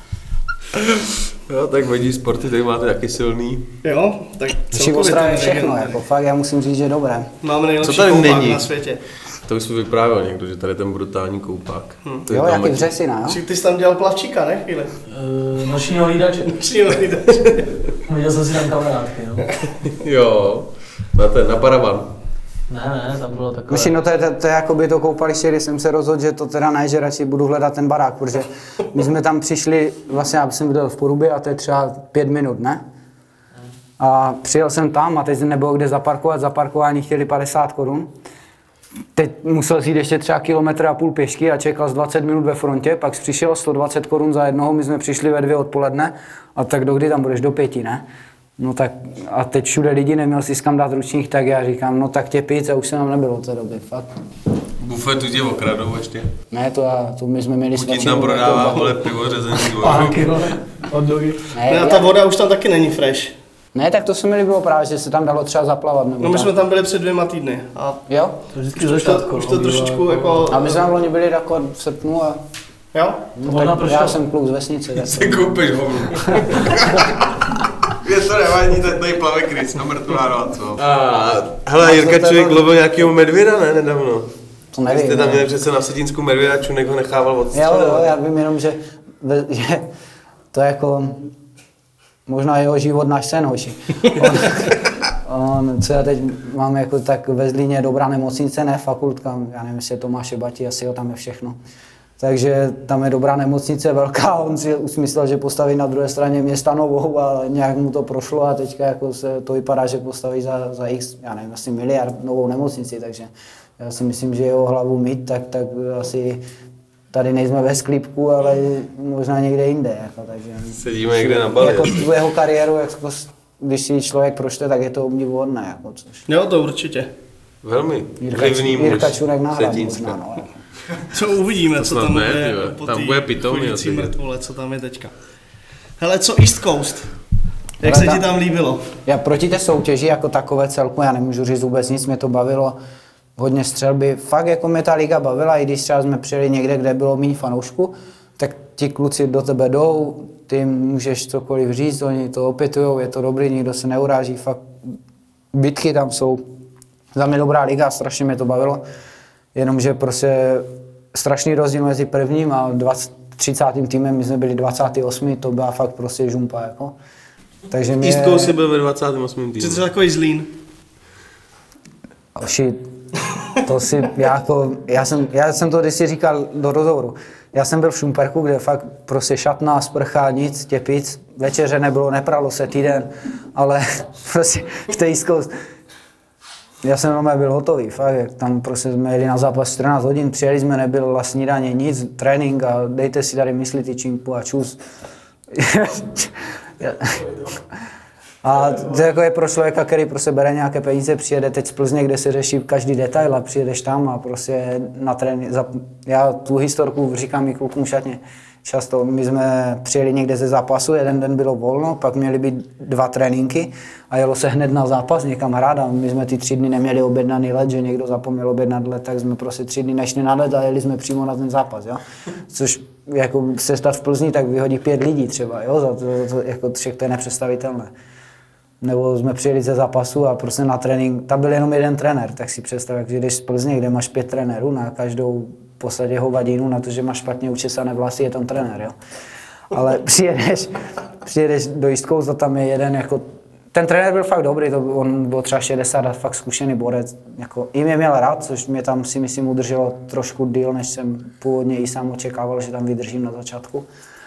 Jo, tak vodní sporty tady máte taky silný. Jo, tak celkově to je všechno, jako fakt, já musím říct, že dobré. Máme nejlepší co tady koupák není? Na světě. To už mi vyprávěl někdo, že tady je ten brutální koupák. Jo, jaký Vřesina, jo? Ty jsi tam dělal plavčíka, ne? Chvíli. Nočního hlídače. Nočního hlídače. Viděl jsem si tam kamarádky, no. Jo, na paravan. Ne, tam bylo takové... Myslím, no to je jakoby to koupaliště, kdy jsem se rozhodl, že to teda ne, že radši budu hledat ten barák, protože my jsme tam přišli, vlastně já jsem byl v Porubě a to je třeba 5 minut, ne? A přijel jsem tam a teď nebylo kde zaparkovat, zaparkování chtěli 50 korun. Teď musel jít ještě třeba 1,5 kilometru pěšky a čekal z 20 minut ve frontě, pak přišel 120 korun za jednoho, my jsme přišli ve 2 odpoledne a tak dokdy tam budeš do 5, ne? No tak a teď všude lidi, neměl si kam dát ručník, tak já říkám, no tak tě pít a už se nám nebylo v té době, fakt. Bufetu tě okradou ještě? Ne, to my jsme měli Putin tam prodává, vole, pivo řezený. Pánky, hot dogy. Ne, a ta voda už tam taky není fresh. Ne, tak to se mi líbilo právě, že se tam dalo třeba zaplavat. Nebo no my jsme tam byli před 2 týdny. A jo? To vždycky už to trošičku jako... A my jsme tam loni byli jako v srpnu a... Jo? No, tak já jsem kluk z vesnice. Tak si koupíš hovnu. Je to nevadí, tady plave Chris a mrtvá roha, co? Hele, Jirka Čunek lovil nějakého medvěda, ne, nedávno? To nevím. Jste tam měli přece na Vsetínsku medvěda, Čunek ho nechával odstřelit. Jo, já vím jenom, že to je jako... Možná jeho život náš sen, hoši. Co já teď mám jako tak ve Zlíně je dobrá nemocnice, ne fakultka, já nevím, jestli je Tomáše Bati, asi jo, tam je všechno. Takže tam je dobrá nemocnice, velká, on si usmyslel, že postaví na druhé straně města novou a nějak mu to prošlo a teďka jako se to vypadá, že postaví za x, já nevím, asi miliard novou nemocnici, takže já si myslím, že jeho hlavu mít, tak asi tady nejsme ve Sklípku, ale možná někde jinde. Jako, takže, sedíme někde na Bali. Jako tu jeho kariéru, jako, když si člověk pročte, tak je to obdivuhodné. Jako, což... Jo, to určitě. Velmi vlivný muž. Jirka Čunek náhrad možná. No, jako. Co uvidíme, co tam bude po tam bude pitomý, chodící mrtvole, co tam je teďka. Hele, co East Coast? Jak se ti tam líbilo? Já proti té soutěži jako takové celku, já nemůžu říct vůbec nic, mě to bavilo. Hodně střelby, fakt jako mě ta liga bavila, i když třeba jsme přijeli někde, kde bylo méně fanoušků, tak ti kluci do tebe jdou, ty můžeš cokoliv říct, oni to opětujou, je to dobrý, nikdo se neuráží, fakt bitky tam jsou. Za mě dobrá liga, strašně mě to bavilo, jenomže prostě strašný rozdíl mezi prvním a 30. týmem, my jsme byli 28. To byla fakt prostě žumpa, jako. Takže East Coast si byl ve 28. týmu. Jsi to takový Zlín. To si, já jsem to kdysi říkal do rozhovoru. Já jsem byl v Šumperku, kde fakt prostě šatná, sprcha, nic, těpic, večeře nebylo, nepralo se týden, ale prostě v té East Coast, já jsem normálně byl hotový, fakt, jak tam prostě jsme jeli na zápas 14 hodin, přijeli jsme, nebylo snídaně, nic, trénink a dejte si tady mysli tyčinku a čus. A to jako je pro člověka, který prostě bere nějaké peníze, přijede teď z Plzně, kde se řeší každý detail a přijedeš tam a prostě na trénink. Já tu historku říkám i klukům šatně často. My jsme přijeli někde ze zápasu, jeden den bylo volno, pak měly být 2 tréninky a jelo se hned na zápas někam hrát a my jsme ty 3 dny neměli objednaný let, že někdo zapomněl objednat let, tak jsme prostě 3 dny nešli na let a jeli jsme přímo na ten zápas, jo. Což jako se stát v Plzni, tak vyhodí 5 lidí třeba, jo, za to jako to je nepředstavitelné. Nebo jsme přijeli ze zápasu a prostě na trénink, tam byl jenom jeden trenér, tak si představ, jak jdeš z Plzně, kde máš 5 trenérů, na každou v podstatě hovadinu, na to, že máš špatně učesané vlasy, je tam trenér, jo. Ale přijedeš do East Coast a tam je jeden jako, ten trenér byl fakt dobrý, on byl třeba 60 a fakt zkušený borec, jako i mě měl rád, což mě tam si myslím udrželo trošku díl, než jsem původně i sám očekával, že tam vydržím na začátku,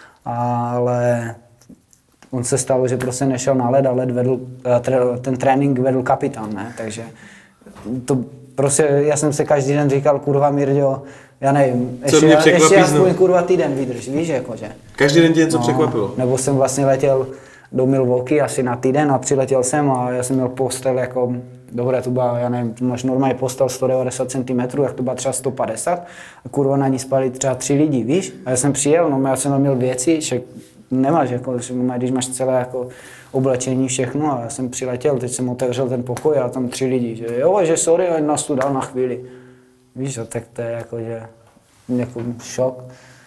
ale on se stalo, že prostě nešel na led a led vedl, ten trénink vedl kapitán, ne? Takže to prostě, já jsem se každý den říkal, kurva Mirďo, já nevím, ještě aspoň kurva týden vydrž, víš, jakože. Každý den tě něco překvapilo. Nebo jsem vlastně letěl do Milwaukee asi na týden a přiletěl jsem a já jsem měl postel jako, dobré, to byla, já nevím, máš normálně postel 190 cm, jak to byla třeba 150 a kurva na ní spali třeba 3 lidi, víš? A já jsem přijel, no já jsem tam měl věci, však nemáš, jako, když máš celé jako oblečení, všechno a já jsem přiletěl, teď jsem otevřel ten pokoj a tam 3 lidi, že jo, že sorry, ať nás tu dal na chvíli. Víš, tak to je jako, že jako šok.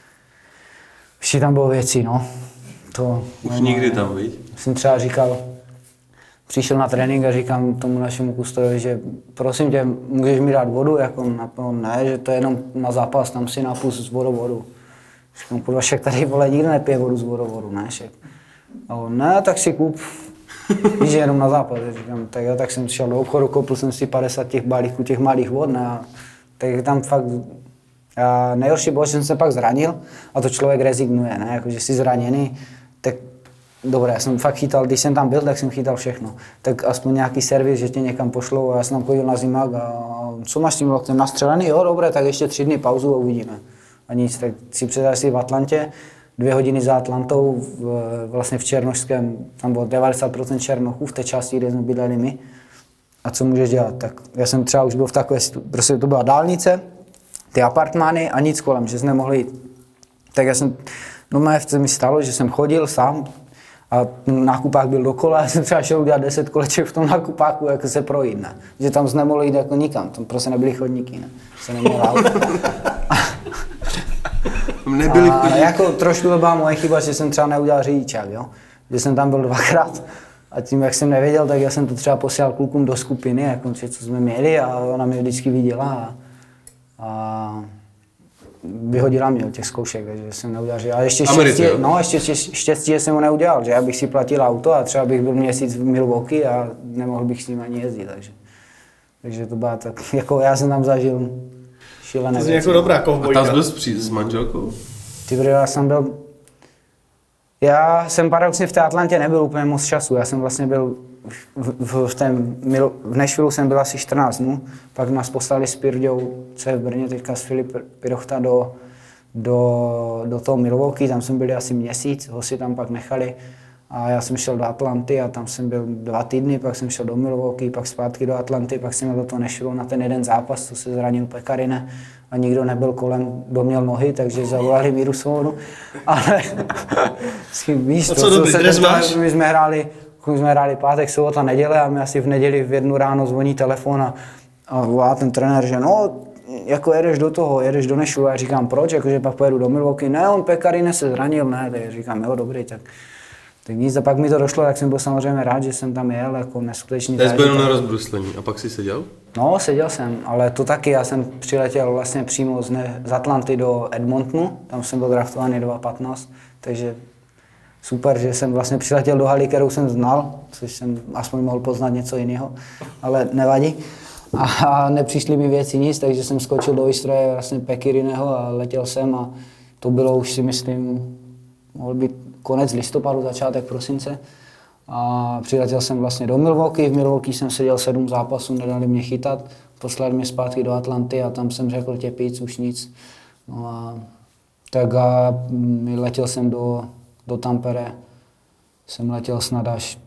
Všichni tam bylo věci, no. To, už nikdy tam, víš? Jsem třeba říkal, přišel na trénink a říkám tomu našemu kustodovi, že prosím tě, můžeš mi dát vodu, jako ne, že to je jenom na zápas, tam si napus z vodovodu. Říkám, kurva, však tady, vole, nikdo nepije vodu z vodovodu, ne, však. A on, ne, tak si kup, víš, jenom na zápas. Říkám, tak jo, tak jsem šel do obchodu, koupil jsem si 50 těch balíků, těch malých vod, ne, a tak tam fakt, a nejhorší bylo, že jsem se pak zranil a to člověk rezignuje, ne, jako, že jsi zraněný, tak dobré, já jsem fakt chytal, když jsem tam byl, tak jsem chytal všechno. Tak aspoň nějaký servis, že tě někam pošlou a já jsem tam chodil na zimák a co máš s tím loktem nastřelený? Jo, dobré, tak ještě 3 dny pauzu a uvidíme. A nic, tak si představ si v Atlantě, 2 hodiny za Atlantou, vlastně v Černošském, tam bylo 90% Černochů v té části, kde jsme bydleli my. A co můžeš dělat? Tak já jsem třeba už byl v takové situaci, prostě to byla dálnice, ty apartmány a nic kolem, že jsme nemohli jít. Tak já jsem, no se mi stalo, že jsem chodil sám a nákupák byl dokola, já jsem třeba šel udělat 10 koleček v tom nákupáku, jako se projít, ne? Že tam jsme nemohli jít jako nikam, tam prostě nebyly chodníky, ne? Se neměl auto. A jako trošku to byla moje chyba, že jsem třeba neudělal řidičák, jo? Že jsem tam byl 2krát a tím, jak jsem nevěděl, tak já jsem to třeba posílal klukům do skupiny, jako co jsme měli a ona mě vždycky viděla a vyhodila mě od těch zkoušek, takže jsem neudělal, že... A ještě štěstí, že jsem ho neudělal, že já bych si platil auto a třeba bych byl měsíc v Milwaukee a nemohl bych s ním ani jezdit, takže to byla tak, jako já jsem tam zažil šílené věci. Jako dobrá kovbojka. A tam byl s manželkou? Já jsem paradoxně v té Atlantě nebyl úplně moc času, já jsem vlastně byl v Nashvilleu jsem byl asi 14 dnů, pak nás poslali s Pirďou, co je v Brně teďka s Filip Pirochta do toho Milwaukee, tam jsme byli asi měsíc, ho si tam pak nechali a já jsem šel do Atlanty a tam jsem byl 2 týdny, pak jsem šel do Milwaukee, pak zpátky do Atlanty, pak jsem jel do toho Nashvilleu na ten jeden zápas, co se zranil Pekarine a nikdo nebyl kolem, kdo měl nohy, takže zavolali Míru Svobodu, ale víš, my jsme hráli pátek, sobota, neděle a mi asi v neděli v 1 ráno zvoní telefon a volá ten trenér, že no, jako jedeš do Nashvilleu, a já říkám proč, jakože pak pojedu do Milwaukee, ne, on Pekarine se zranil, ne, tak říkám jo, dobrý, tak Tak nic, a pak mi to došlo, tak jsem byl samozřejmě rád, že jsem tam jel, jako neskutečný To zážitek. byl na rozbruslení. A pak si seděl? No, seděl jsem, ale to taky, já jsem přiletěl vlastně přímo z Atlanty do Edmontonu, tam jsem byl draftovaný 2.15, takže super, že jsem vlastně přiletěl do haly, kterou jsem znal, což jsem aspoň mohl poznat něco jiného, ale nevadí. A nepřišly mi věci nic, takže jsem skočil do výstroje vlastně Pekirineho a letěl jsem a to bylo už si myslím, mohl být konec listopadu, začátek prosince. A přiletěl jsem vlastně do Milwaukee, v Milwaukee jsem seděl 7 zápasů, nedali mě chytat, poslali mě zpátky do Atlanty a tam jsem řekl těpic, už nic. No a tak a letěl jsem do Tampere, jsem letěl snad až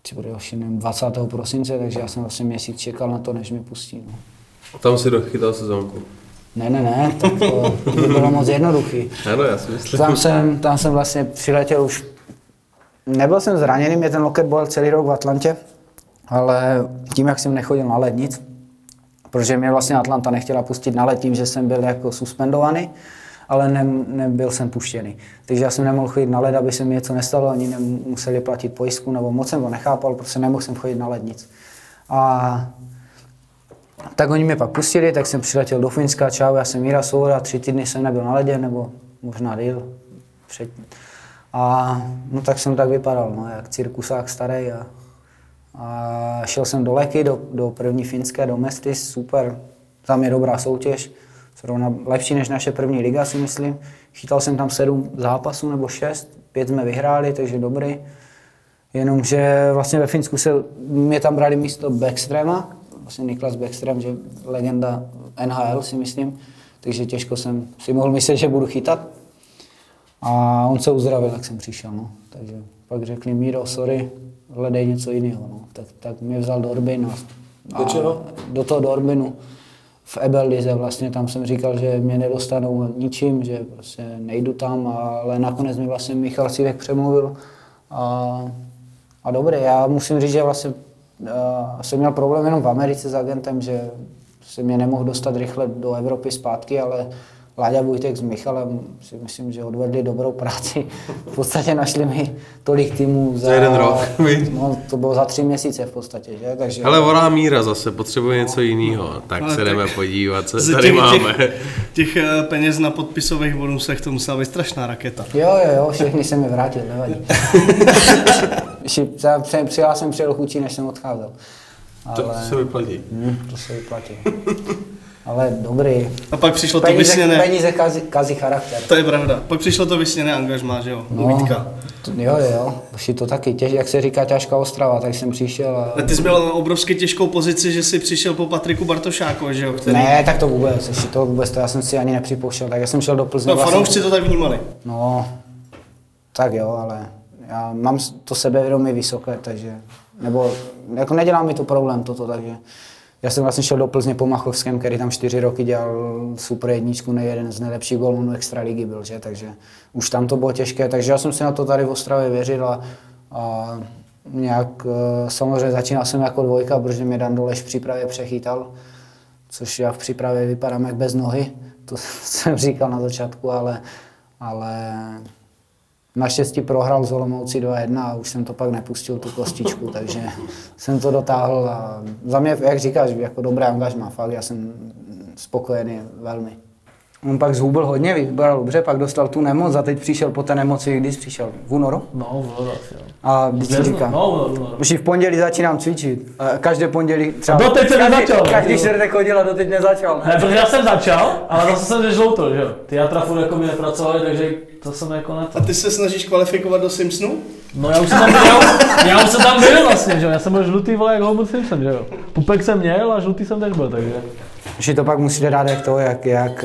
20. prosince, takže já jsem vlastně měsíc čekal na to, než mě pustí. No. Tam si dochytal sezónku. Ne, tak to by bylo moc jednoduchý. Ano, já si myslím. Tam jsem vlastně přiletěl už, nebyl jsem zraněný, mě ten loket bolel celý rok v Atlantě, ale tím, jak jsem nechodil na led nic, protože mě vlastně Atlanta nechtěla pustit na led tím, že jsem byl jako suspendovaný, ale nebyl jsem puštěný. Takže já jsem nemohl chodit na led, aby se mi něco nestalo, ani nemuseli platit pojistku, nebo moc jsem to nechápal, protože nemohl jsem chodit na led nic. A tak oni mě pak pustili, tak jsem přiletěl do Finska, čau, já jsem Míra Svoboda, 3 týdny jsem nebyl na ledě, nebo možná díl předtím. A no tak jsem tak vypadal, no, jak cirkusák starý a šel jsem do Leky, do první finské, do Mestis, super, tam je dobrá soutěž, zrovna lepší než naše první liga, si myslím. Chytal jsem tam 7 zápasů nebo 6, 5 jsme vyhráli, takže dobrý. Jenomže vlastně ve Finsku mě tam brali místo Backstrema, vlastně Niklas Backstrem, že legenda NHL si myslím, takže těžko jsem si mohl myslet, že budu chytat. A on se uzdravil, jak jsem přišel, no. Takže pak řekli, Míro, sorry, hledej něco jiného, no. Tak mě vzal do Orbinu. Do čeho? Do toho do Orbinu. V Ebellize vlastně, tam jsem říkal, že mě nedostanou ničím, že prostě nejdu tam, ale nakonec mi vlastně Michal Cívek přemluvil. A dobré, já musím říct, že vlastně jsem měl problém jenom v Americe s agentem, že se mě nemohl dostat rychle do Evropy zpátky, ale Láďa Vujtek s Michalem si myslím, že odvedli dobrou práci. V podstatě našli mi tolik týmů za 1 rok. No, to bylo za 3 měsíce v podstatě, že? Takže... Ale volá Míra zase, potřebuje něco jiného, tak ale se jdeme podívat, co tady těch, máme. Těch peněz na podpisových bonusech to musela být strašná raketa. Jo, všechny se mi vrátil, nevadí. Přijel jsem chudší, než jsem odcházel. Ale... To se vyplatí. To se vyplatí. Ale dobrý. A pak přišlo to vysněné. Peníze kazí charakter. To je pravda. Pak přišlo to vysněné angažmá, že jo? No, jo. Už to taky, jak se říká, těžká Ostrava, tak jsem přišel a... Ty jsi měl obrovsky těžkou pozici, že jsi přišel po Patriku Bartošákovi, že jo? Který... Ne, tak to vůbec, to já jsem si ani nepřipouštěl, tak já jsem šel do Plzně. No, fanoušci to tak vnímali. No, tak jo, ale já mám to sebevědomí vysoké, takže, nebo jako nedělá mi to problém toto, takže já jsem vlastně šel do Plzně po Machovském, který tam 4 roky dělal super jedničku, jeden z nejlepších golmanů extraligy byl, že, takže už tam to bylo těžké, takže já jsem si na to tady v Ostravě věřil a nějak samozřejmě začínal jsem jako dvojka, protože mě Dan Doleš v přípravě přechytal, což já v přípravě vypadám jak bez nohy, to jsem říkal na začátku, ale naštěstí prohrál z Olomoucí 2-1 a už jsem to pak nepustil, tu kostičku, takže jsem to dotáhl a za mě, jak říkáš, jako dobré angažmá, fakt, já jsem spokojený velmi. On pak zhubl hodně, vybral dobře, pak dostal tu nemoc a teď přišel po té nemoci, když přišel? V únoru? No, v únoru asi, jo. A když ti říkám, únoru. už i v pondělí začínám cvičit. Každé pondělí třeba... Doteď jsem nezačal. Každý čtvrtek chodil a doteď nezačal. Ne, protože já jsem začal, ale zase jsem nežloutil, že jo. Ty játra furt jako mi nepracovali, takže to jsem jako ne. A ty se snažíš kvalifikovat do Simpsonu? No já už jsem tam byl vlastně, že jo. Já jsem byl žlutý, vole, jak Homer Simpson, že jo. Pupek jsem měl a žlutý jsem teď byl, takže... Už to pak musíte dát jak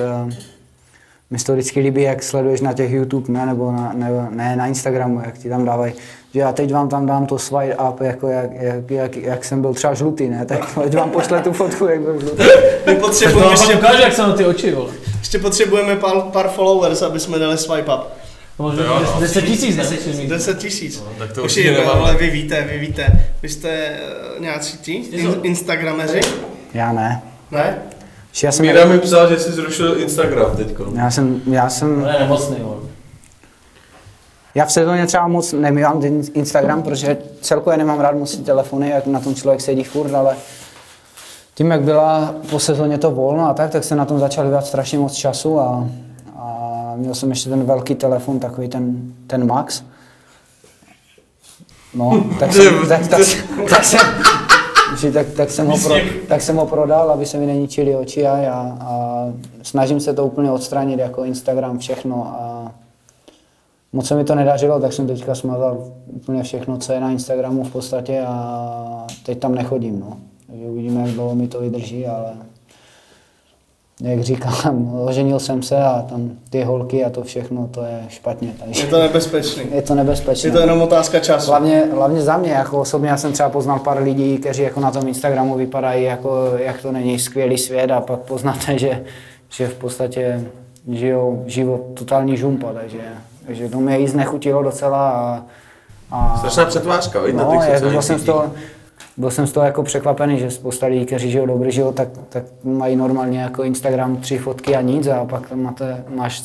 mi se to vždycky líbí, jak sleduješ na těch YouTube, nebo na Instagramu, jak ti tam dávají, že já teď vám tam dám to swipe up, jako jak jsem byl třeba žlutý, ne, tak teď vám pošle tu fotku, jak byl žlutý. My potřebujeme ještě ukáže, jak jsem na ty oči, vole. Ještě potřebujeme pár followers, aby jsme dali swipe up. Možná 10 000, ne? 10 000. No, tak to už ale vy víte. Vy jste nějací instagrameři? Já ne. Ne? Míra mi psal, že jsi zrušil Instagram teďko. Já jsem... To je nemocný, vole. Já v sezóně třeba moc nemývám Instagram, protože celkově nemám rád moc telefony, jak na tom člověk sedí furt, ale tím, jak byla po sezóně to volno a tak se na tom začal vyvat strašně moc času a měl jsem ještě ten velký telefon, takový ten Max. No, tak jsem ho prodal, aby se mi neničily oči a snažím se to úplně odstranit, jako Instagram, všechno. A moc se mi to nedařilo, tak jsem teďka smazal úplně všechno, co je na Instagramu v podstatě a teď tam nechodím. No. Takže uvidíme, jak dlouho mi to vydrží, ale jak říkám, oženil jsem se a tam ty holky a to všechno, to je špatně. Takže je to nebezpečný. Je to nebezpečné. Je to jenom otázka času. Hlavně za mě, jako osobně já jsem třeba poznal pár lidí, kteří jako na tom Instagramu vypadají, jako, jak to není skvělý svět a pak poznáte, že v podstatě žijou život totální žumpa, takže to mě jí znechutilo docela a strašná přetvářka, víš, no, byl jsem z toho jako překvapený, že spousta lidí, kteří žijou dobrý život, tak mají normálně jako Instagram 3 fotky a nic a pak tam máš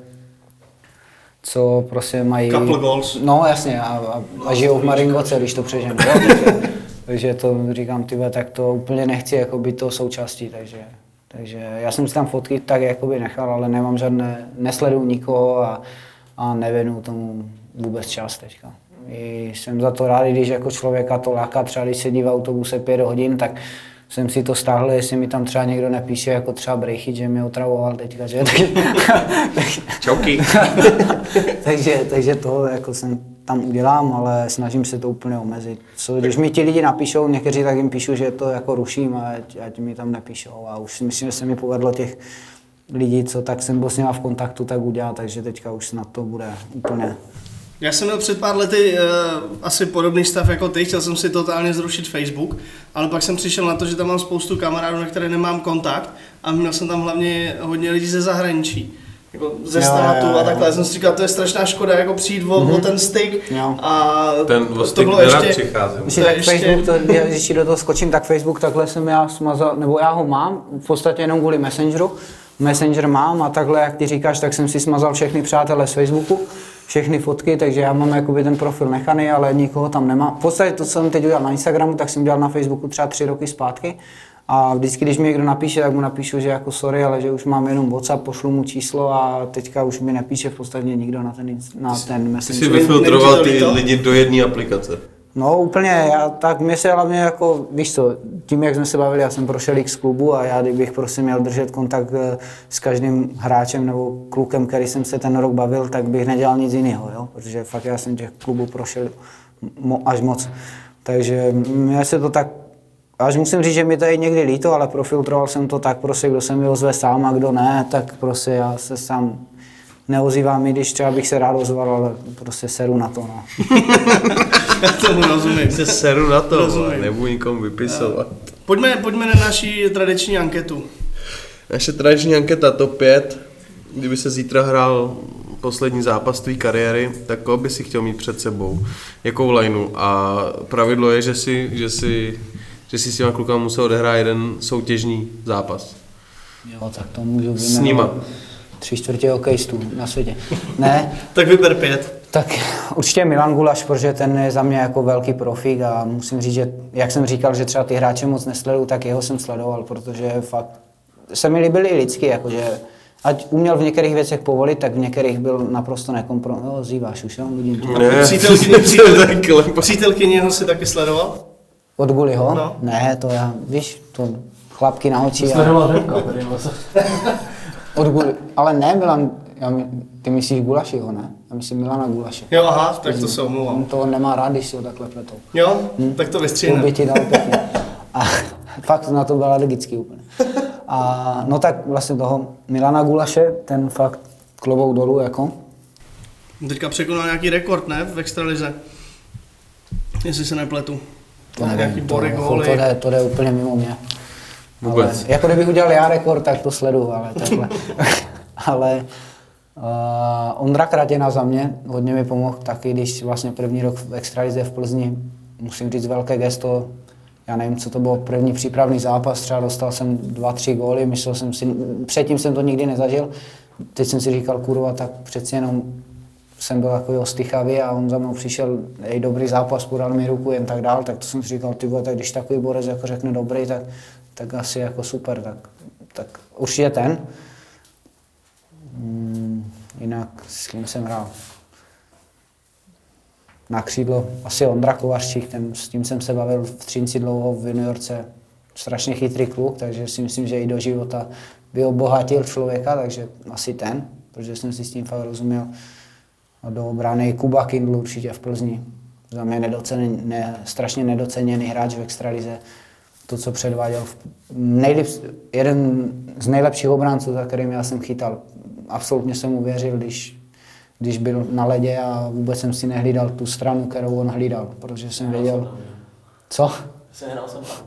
co prostě mají... Couple goals. No jasně a žijou v Maringoce, když to přeženu. Takže to říkám, tyhle, tak to úplně nechci jako být to součástí, takže já jsem si tam fotky tak jakoby nechal, ale nemám žádné, nesleduju nikoho a nevěnuju tomu vůbec čas teďka. I jsem za to rád, když jako člověka to láká, třeba když sedí v autobuse 5 hodin, tak jsem si to stáhl, jestli mi tam třeba někdo nepíše, jako třeba Brejchyt, že mě otravoval teďka, že? Čauky. takže to jako jsem tam udělám, ale snažím se to úplně omezit. Když mi ti lidi napíšou, někteří tak jim píšu, že to jako ruším a ať mi tam nepíšou a už myslím, že se mi povedlo těch lidí, co tak jsem byl s nima v kontaktu, tak udělat, takže teďka už snad to bude úplně. Já jsem měl před pár lety asi podobný stav jako ty, chtěl jsem si totálně zrušit Facebook, ale pak jsem přišel na to, že tam mám spoustu kamarádů, na které nemám kontakt a měl jsem tam hlavně hodně lidí ze zahraničí. Jako ze státu a takhle. Já jsem si říkal, to je strašná škoda, jako přijít o ten styk a ten to bylo ještě... přicházím. Facebook, když do toho skočím, tak Facebook takhle jsem já smazal, nebo já ho mám, v podstatě jenom kvůli Messengeru. Messenger mám a takhle, jak ty říkáš, tak jsem si smazal všechny přátelé z Facebooku, všechny fotky, takže já mám jakoby ten profil nechaný, ale nikoho tam nemám. V podstatě to, co jsem teď udělal na Instagramu, tak jsem dělal na Facebooku třeba 3 roky zpátky a vždycky, když mi někdo napíše, tak mu napíšu, že jako sorry, ale že už mám jenom WhatsApp, pošlu mu číslo a teďka už mi nepíše v podstatě nikdo na ten Messenger. Ty jsi vyfiltroval ty lidi do jedné aplikace. No úplně, tak mě se hlavně jako, víš co, tím jak jsme se bavili, já jsem prošel x klubu a já kdybych prostě měl držet kontakt s každým hráčem nebo klukem, který jsem se ten rok bavil, tak bych nedělal nic jiného, jo? Protože fakt já jsem těch klubů prošel až moc. Takže já se to tak, až musím říct, že mi to je někdy líto, ale profiltroval jsem to tak prostě, kdo se mi ozve sám a kdo ne, tak prostě já se sám neozývám, i když třeba bych se rád ozval, ale prostě seru na to, no. Já tomu rozumím. Se seru na to, nebudu nikomu vypisovat. Pojďme na naši tradiční anketu. Naše tradiční anketa top 5. Kdyby se zítra hrál poslední zápas tvé kariéry, tak koho by si chtěl mít před sebou? Jakou lineu? A pravidlo je, že si s těma klukama musel odehrát jeden soutěžní zápas. Jo, tak to můžu s nima. 3/4 hokejistů na světě. Ne? Tak vyber 5. Tak určitě Milan Gulaš, protože ten je za mě jako velký profík a musím říct, že jak jsem říkal, že třeba ty hráče moc nesleduju, tak jeho jsem sledoval, protože fakt se mi líbili i lidsky, jakože ať uměl v některých věcech povolit, tak v některých byl naprosto nekompromisní. No, zýváš už, jo? Přítelkyně si taky sledoval? Od Guliho? No. Ne, to já, víš, to chlapky na oči. Sledoval Řepka, tady od Guli, ale ne Milan, ty myslíš Gulašiho, ne? Já myslím Milana Gulaše. Jo, aha, tak to se omlouvám. On to nemá rád, když si ho takhle pletou. Jo, tak to vystříhne. By ti dal pěkně. A fakt na to byl alergický úplně. A no tak vlastně toho Milana Gulaše, ten fakt klobouk dolů jako. Teďka překonal nějaký rekord, ne? V extralize. Jestli se nepletu. To nevím, to jde úplně mimo mě. Vůbec. Ale, jako kdybych udělal já rekord, tak to sleduju, ale takhle. Ale Ondra Kratěna za mě hodně mi pomohl taky, když vlastně první rok v extralize v Plzni, musím říct velké gesto, já nevím, co to bylo, první přípravný zápas, třeba dostal jsem 2-3 góly, myslel jsem si, předtím jsem to nikdy nezažil, teď jsem si říkal, kurva, tak přeci jenom jsem byl takový ostychavý a on za mnou přišel, dobrý zápas, podal mi ruku, jen tak dál, tak to jsem si říkal, ty vole, tak když takový borec jako řekne dobrý, tak asi jako super, tak určitě ten. Jinak s kým jsem hrál? Na křídlo asi Ondra Kovařčík, s tím jsem se bavil v Třinci dlouho, v juniorce. Strašně chytrý kluk, takže si myslím, že i do života by obohatil člověka, takže asi ten, protože jsem si s tím fakt rozuměl. A do obrany Kuba Kindl určitě v Plzni. Za mě strašně nedoceněný hráč v extralize. To, co předváděl, jeden z nejlepších obránců, za kterým já jsem chytal. Absolutně jsem mu věřil, když byl na ledě a vůbec jsem si nehlídal tu stranu, kterou on hlídal, protože jsem věděl... Co? Sehnal jsem tam.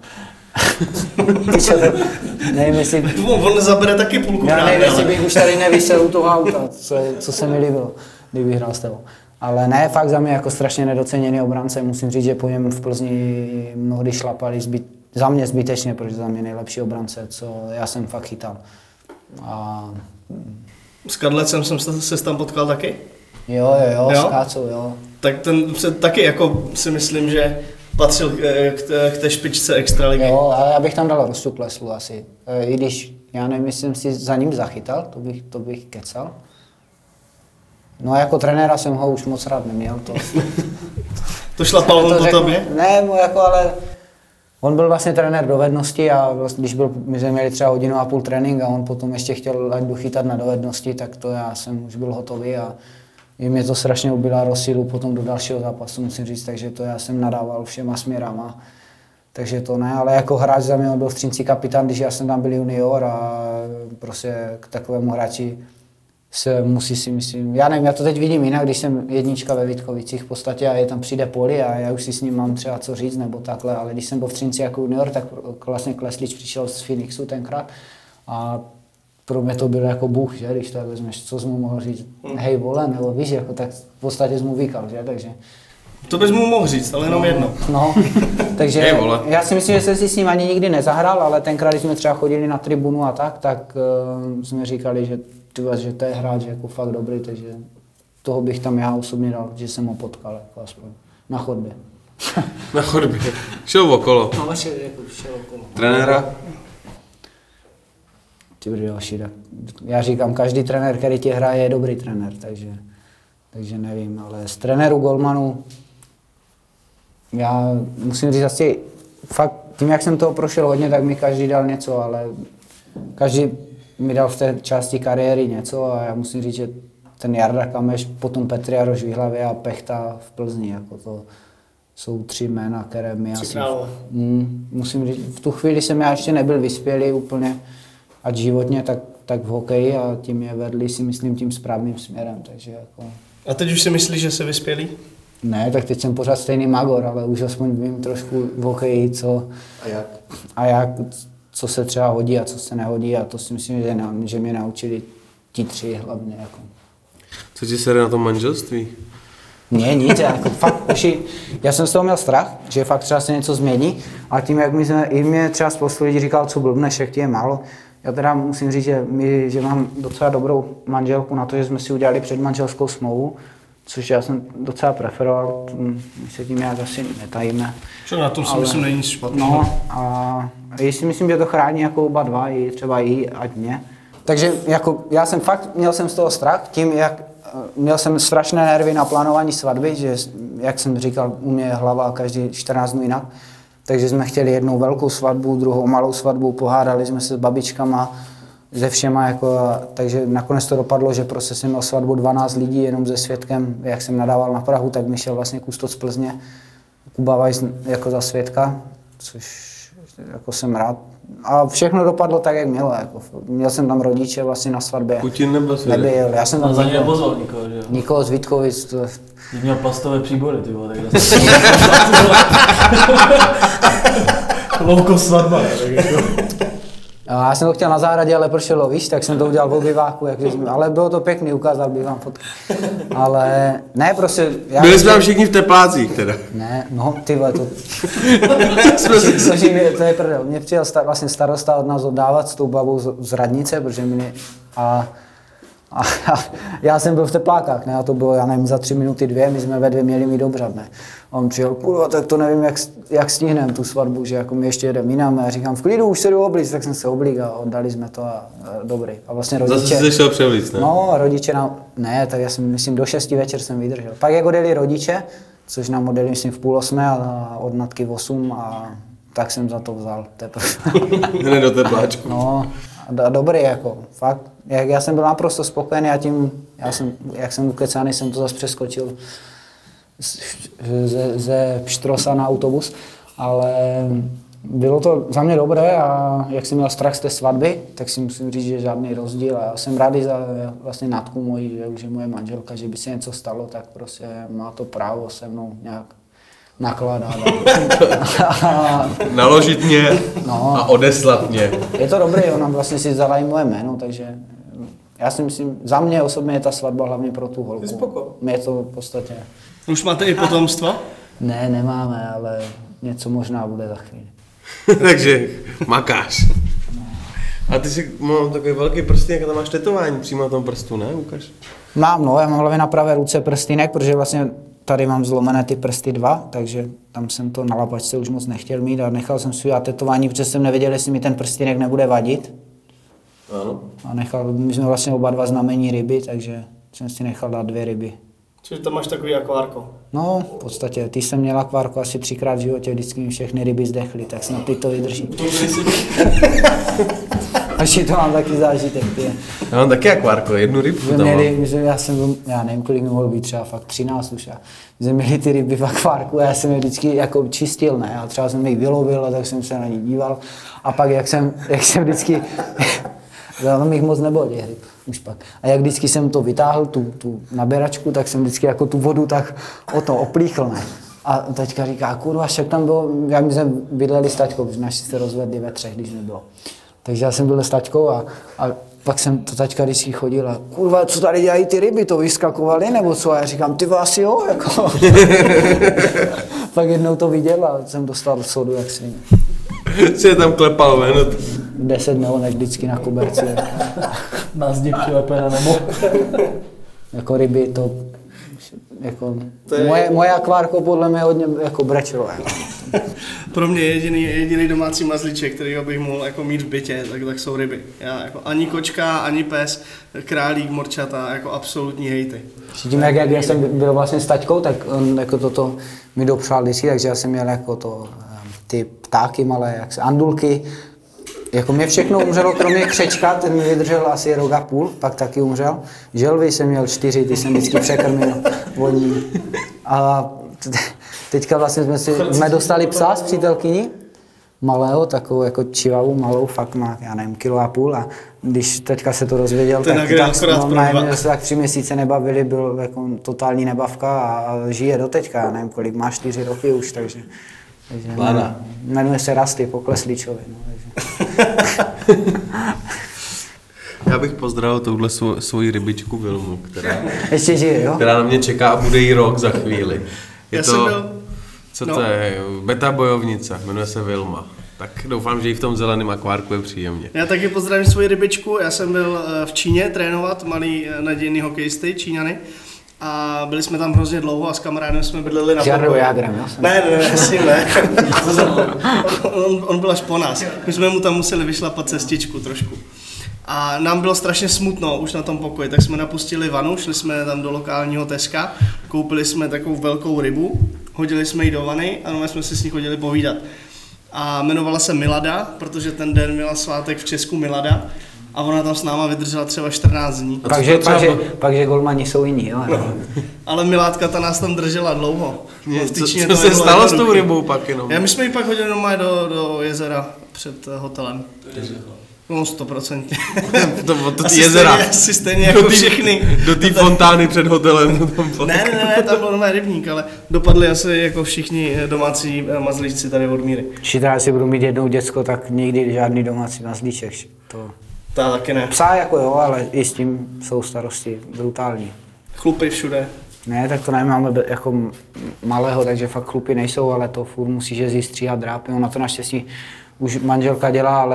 Nevím, jestli... On zabere taky půlku. Já nevím, jestli bych už tady nevysel u toho auta, co se mi líbilo, kdybych hrál s tebou. Ale ne, fakt za mě jako strašně nedoceněný obránce, musím říct, že po něm v Plzni mnohdy šlapali za mě zbytečně, protože za mě nejlepší obránce, co já jsem fakt chytal. A... S Kadlecem jsem se tam potkal taky? Jo, s Kácou, jo. Tak ten taky jako si myslím, že patřil k té špičce extraligy. Jo, ale já bych tam dal Rostu Kleslu asi. I když, já nevím, jsem si za ním zachytal, to bych kecal. No jako trenéra jsem ho už moc rád neměl. To šlapal on po tobě? Ne, ale on byl vlastně trenér dovednosti a vlastně, my jsme měli třeba 1,5 hodiny trénink a on potom ještě chtěl, ať jdu chytat na dovednosti, tak to já jsem už byl hotový a i mě to strašně ubila rozsilu potom do dalšího zápasu, musím říct, takže to já jsem nadával všema směrama. Takže to ne, ale jako hráč za mě byl v Třinci kapitán, když já jsem tam byl junior a prostě k takovému hráči se musí si myslím, já nevím, já to teď vidím jinak, když jsem jednička ve Vítkovicích v podstatě a je tam přijde Poli a já už si s ním mám třeba co říct nebo takhle, ale když jsem byl v Třinci jako junior, tak vlastně Kleslič přišel z Phoenixu tenkrát a pro mě to bylo jako Bůh, že, když to tak vezmeš, co jsi mu mohl říct, hej vole, nebo víš, jako, tak v podstatě jsi mu vykal, že, takže. To bys mu mohl říct, ale jenom jedno. No, takže já si myslím, že jsem si s ním ani nikdy nezahrál, ale tenkrát, když jsme třeba chodili na tribunu a tak jsme říkali, že to je hráč jako fakt dobrý, takže toho bych tam já osobně dal, že jsem ho potkal, jako aspoň na chodbě. Na chodbě. Šel okolo. No, šel okolo. Trenéra? Já říkám, každý trenér, který tě hraje, je dobrý trenér, takže nevím, ale z trenéru golmanů já musím říct asi, fakt tím, jak jsem toho prošel hodně, tak mi každý dal něco, ale každý mi dal v té části kariéry něco a já musím říct, že ten Jarda Kameš, potom Petr Jaroš v Jihlavě a Pechta v Plzni, jako to jsou 3 jména, které mi asi... Musím říct, v tu chvíli jsem já ještě nebyl vyspělý úplně, ať životně, tak v hokeji a tím je vedli si myslím tím správným směrem, takže jako... A teď už si myslíš, že jsi vyspělý? Ne, tak teď jsem pořád stejný magor, ale už aspoň vím trošku v hokeji, co... A jak, co se třeba hodí a co se nehodí a to si myslím, že mě naučili ti 3 hlavně, jako. Co ti sere na tom manželství? Ne, nic, jako fakt, já jsem z toho měl strach, že fakt třeba se něco změní, ale tím, jak mě třeba spoustu lidí říkal, co blbneš, jak ti je málo. Já teda musím říct, že mám docela dobrou manželku na to, že jsme si udělali předmanželskou smlouvu, což já jsem docela preferoval, my se tím nějak asi netajíme. Čo na tom si myslím není špatný. No a si myslím, že to chrání jako oba dva, i třeba i ať mě. Takže jako já jsem fakt, měl jsem z toho strach, tím jak měl jsem strašné nervy na plánování svatby, že jak jsem říkal, u mě je hlava každý 14 dnů jinak. Takže jsme chtěli jednou velkou svatbu, druhou malou svatbu, pohádali jsme se s babičkama, se všema, jako, takže nakonec to dopadlo, že prostě jsem měl svatbu 12 lidí jenom se svědkem, jak jsem nadával na Prahu, tak mi šel vlastně kustos z Plzně, Kuba Weiss jako za svědka, což jako jsem rád. A všechno dopadlo tak, jak mělo. Jako. Měl jsem tam rodiče vlastně na svatbě. Putin nebyl svědek? Nebyl, já jsem tam za něj nepozval nikoho, že jo? Nikoho z Vítkovic. To... Jsi měl plastové příbory, ty vole, tak louko svatba, tak jako. Já jsem to chtěl na zahradě, ale pršelo, víš, tak jsem to udělal v obyváku, ale bylo to pěkný, ukázal bych vám fotky. Ale ne, prostě... Byli jsme tam všichni v teplácích teda. Ne, no ty vole, to je prdel. Mě přijel vlastně starosta od nás oddávat s tou babou z radnice, protože a A já jsem byl v teplákách, ne? A to bylo, já nevím, za 3 minuty 2, my jsme ve 2 měli mít dobřad, ne? A on přijel, kurva, tak to nevím, jak stihneme tu svatbu, že jako my ještě jedeme jinam. A já říkám, v klidu, už se jdu oblíct, tak jsem se oblík a oddali jsme to a dobrý. A vlastně rodiče... Zase jsi šel převlíct, ne? No, rodiče nám... Ne, tak já jsem, myslím, do 6 večer jsem vydržel. Pak jak odjeli rodiče, což nám odjeli, myslím, v 7:30 a od Natky v 8 a tak jsem za to vzal teprve. Ne do tepláčku. No, dobrý jako, fakt. Já jsem byl naprosto spokojený a tím, jak jsem ukecaný, jsem to zase přeskočil ze Pštrosa na autobus, ale bylo to za mě dobré a jak jsem měl strach z té svatby, tak si musím říct, že žádný rozdíl a já jsem rád za vlastně Natku moji, že už je moje manželka, že by se něco stalo, tak prostě má to právo se mnou nějak nakládat. Naložit mě No. a odeslat mě. Je to dobré, ona vlastně si vzala i moje jméno, takže já si myslím, za mě osobně je ta svatba hlavně pro tu holku. Mě je to v podstatě... Už máte i potomstvo? Ne, nemáme, ale něco možná bude za chvíli. Takže makáš. A ty jsi mám takový velký prstínek a tam máš tetování přímo na tom prstu, ne? Ukaž. Mám, no, já mám hlavně na pravé ruce prstínek, protože vlastně tady mám zlomené ty prsty 2, takže tam jsem to na lapačce už moc nechtěl mít a nechal jsem si udělat tetování, protože jsem nevěděl, jestli mi ten prstínek nebude vadit. Ano. A my jsme vlastně oba 2 znamení ryby, takže jsem si nechal dát 2 ryby. Čiže tam máš takový akvárko. No, v podstatě, ty jsem měl akvárko asi 3krát v životě, vždycky mi všechny ryby zdechly, tak snad ty to vydrží. Až to mám taky zážitek, ty. Já mám taky akvárko, 1 rybku tam mám. Já nevím, kolik mi mohlo být, třeba fakt 13 už. My jsme měli ty ryby v akvárku a já jsem je vždycky jako čistil, ne? A třeba jsem jich vylovil a tak jsem se na ně díval. A pak, jak jsem vždycky... Tam jich moc nebylo těch ryb, už pak. A jak vždycky jsem to vytáhl, tu naběračku, tak jsem vždycky jako tu vodu tak o to oplíchl, ne? A teďka říká, kurva, však tam bylo, my jsme bydleli s taťkou, protože naši se rozvedli ve 3, když mi bylo. Takže já jsem byl s taťkou a pak jsem to taťka vždycky chodil a kurva, co tady dělají ty ryby, to vyskakovaly nebo co? A já říkám, ty asi jo, jako. Pak jednou to viděl a jsem dostal sodu, jak svině. Si je tam klepal ven. 10 nehonek vždycky na koberci. Na zdi přilepené nebo. Jako ryby to, jako, moje akvárko podle mě hodně jako brečrové. Pro mě jediný domácí mazlíček, kterýho bych mohl jako mít v bytě, tak jsou ryby. Já jako ani kočka, ani pes, králík, morčata, jako absolutní hejty. Tím, jak jsem byl vlastně s taťkou, tak on jako toto mi dopřál vždycky, takže já jsem měl jako to, ty ptáky malé, jak se, andulky. Jako mě všechno umřelo, kromě křečka, ten mi vydržel asi 1,5 roku, pak taky umřel. Želvy jsem měl 4, ty jsem vždycky překrmil vodní. A teďka vlastně jsme dostali psa z přítelkyní, malého, takovou jako čivavu, malou, fakt má, já nevím, 1,5 kg. A když teďka se to rozvěděl, tak se tak 3 měsíce nebavili, byl jako totální nebavka a žije doteďka, já nevím, kolik má, 4 roky už, takže jmenuje se Rasty po Kleslíčovi. No, Já bych pozdravil touhle svoji rybičku Vilmu, ještě žije, jo? Která na mě čeká a bude jí rok za chvíli. Co No. to je? Beta bojovnice, jmenuje se Vilma. Tak doufám, že jí v tom zeleném akvárku je příjemně. Já taky pozdravím svoji rybičku, já jsem byl v Číně trénovat, malý nadějný hokejisty, Číňany. A byli jsme tam hrozně dlouho a s kamarádem jsme bydleli na pokoji. Ne, s ním ne. On byl až po nás. My jsme mu tam museli vyšlapat cestičku trošku. A nám bylo strašně smutno už na tom pokoji, tak jsme napustili vanu, šli jsme tam do lokálního Teska, koupili jsme takovou velkou rybu, hodili jsme ji do vany a jsme si s ní chodili povídat. A jmenovala se Milada, protože ten den měla svátek v Česku Milada. A ona tam s náma vydržela třeba 14 dní. Takže golmani jsou jiní, jo? No. Ale Miládka ta nás tam držela dlouho. Co se stalo s tou rybou pak jenom? My jsme ji pak hodili normálně do jezera před hotelem. No 100%. To jezera. Asi stejně jako všechny. Do té fontány před hotelem. Ne, tam byl normální rybník, ale dopadli asi jako všichni domácí mazlíčci tady od Míry. Když si budu mít jednou děcko, tak nikdy žádný domácí mazlíček. To taky ne. Psa jako jo, ale i s tím jsou starosti brutální. Chlupy všude. Ne, tak to nemáme jako malého, takže fakt chlupy nejsou, ale to furt musíš jezdit stříhat drápy. Ona to naštěstí už manželka dělá, ale